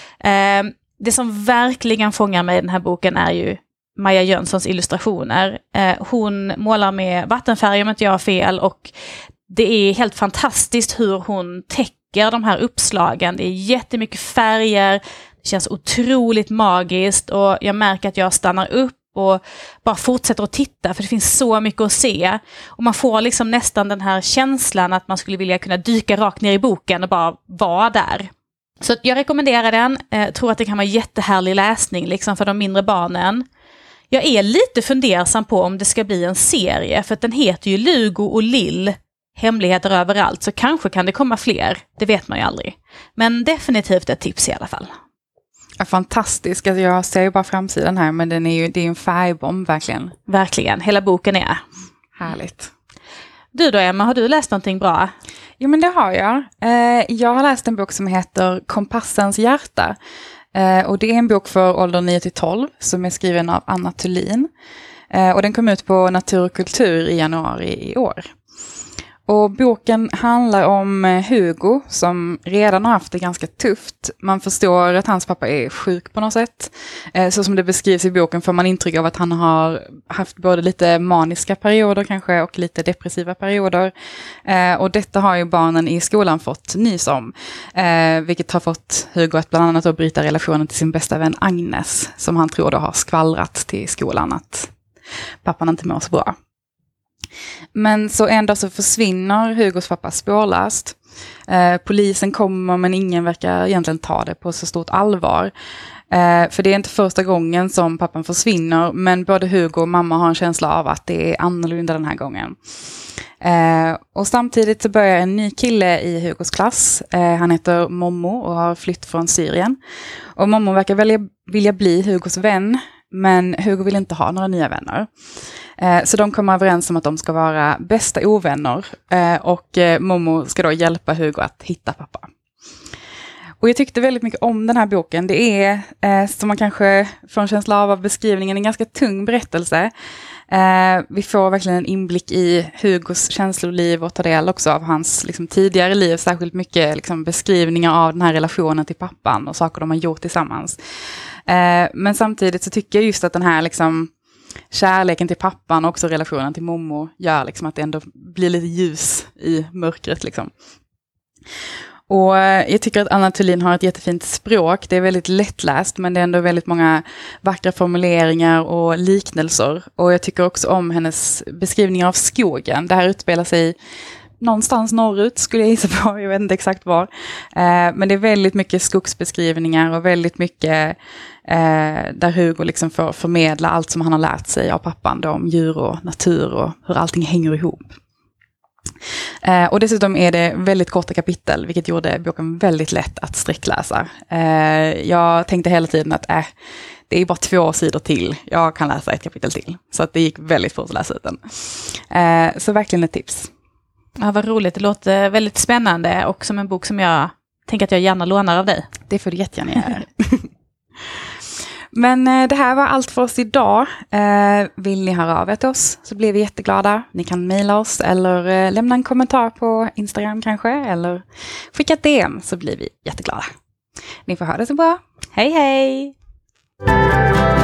Eh, det som verkligen fångar mig i den här boken är ju Maja Jönssons illustrationer. Eh, hon målar med vattenfärg om inte jag har fel och det är helt fantastiskt hur hon täcker de här uppslagen. Det är jättemycket färger. Det känns otroligt magiskt och jag märker att jag stannar upp och bara fortsätter att titta för det finns så mycket att se. Och man får liksom nästan den här känslan att man skulle vilja kunna dyka rakt ner i boken och bara vara där. Så jag rekommenderar den. Jag tror att det kan vara jättehärlig läsning liksom för de mindre barnen. Jag är lite fundersam på om det ska bli en serie för att den heter ju Lugo och Lill. Hemligheter överallt så kanske kan det komma fler. Det vet man ju aldrig. Men definitivt ett tips i alla fall. Ja, fantastisk. Alltså jag ser ju bara framsidan här men den är ju, det är ju en färgbomb verkligen. Verkligen, hela boken är. Härligt. Du då Emma, har du läst någonting bra? Jo men det har jag. Eh, jag har läst en bok som heter Kompassens hjärta. Eh, och det är en bok för åldern nio till tolv som är skriven av Anna Thulin. Eh, och den kom ut på Natur och kultur i januari i år. Och boken handlar om Hugo som redan har haft det ganska tufft. Man förstår att hans pappa är sjuk på något sätt. Så som det beskrivs i boken får man intryck av att han har haft både lite maniska perioder kanske och lite depressiva perioder. Och detta har ju barnen i skolan fått nys om. Vilket har fått Hugo att bland annat att bryta relationen till sin bästa vän Agnes. Som han tror då har skvallrat till skolan att pappan inte mår så bra. Men så en dag så försvinner Hugos pappa spårlöst. Eh, polisen kommer men ingen verkar egentligen ta det på så stort allvar. Eh, för det är inte första gången som pappan försvinner men både Hugo och mamma har en känsla av att det är annorlunda den här gången. Eh, och samtidigt så börjar en ny kille i Hugos klass. Eh, han heter Momo och har flytt från Syrien. Och Momo verkar välja, vilja bli Hugos vän men Hugo vill inte ha några nya vänner. Så de kommer överens om att de ska vara bästa ovänner och Momo ska då hjälpa Hugo att hitta pappa. Och jag tyckte väldigt mycket om den här boken. Det är, som man kanske får en känsla av av beskrivningen, en ganska tung berättelse. Vi får verkligen en inblick i Hugos känsloliv och tar del också av hans liksom, tidigare liv. Särskilt mycket liksom, beskrivningar av den här relationen till pappan och saker de har gjort tillsammans. Men samtidigt så tycker jag just att den här liksom, kärleken till pappan och också relationen till Momo gör liksom att det ändå blir lite ljus i mörkret liksom. Och jag tycker att Anna Thulin har ett jättefint språk. Det är väldigt lättläst men det är ändå väldigt många vackra formuleringar och liknelser. Och jag tycker också om hennes beskrivningar av skogen. Det här utspelar sig någonstans norrut skulle jag gissa på. Jag vet inte exakt var. Eh, men det är väldigt mycket skogsbeskrivningar och väldigt mycket eh, där Hugo liksom får förmedla allt som han har lärt sig av pappan då, om djur och natur och hur allting hänger ihop. Eh, och dessutom är det väldigt korta kapitel vilket gjorde boken väldigt lätt att sträckläsa. Eh, jag tänkte hela tiden att äh, det är bara två sidor till. Jag kan läsa ett kapitel till. Så att det gick väldigt fort att läsa ut den. Eh, så verkligen ett tips. Ja, vad roligt. Det låter väldigt spännande och som en bok som jag tänker att jag gärna lånar av dig. Det får du jättegärna göra. Men eh, det här var allt för oss idag. Eh, vill ni höra av er till oss så blir vi jätteglada. Ni kan mejla oss eller eh, lämna en kommentar på Instagram kanske. Eller skicka ett D M så blir vi jätteglada. Ni får ha det så bra. Hej hej!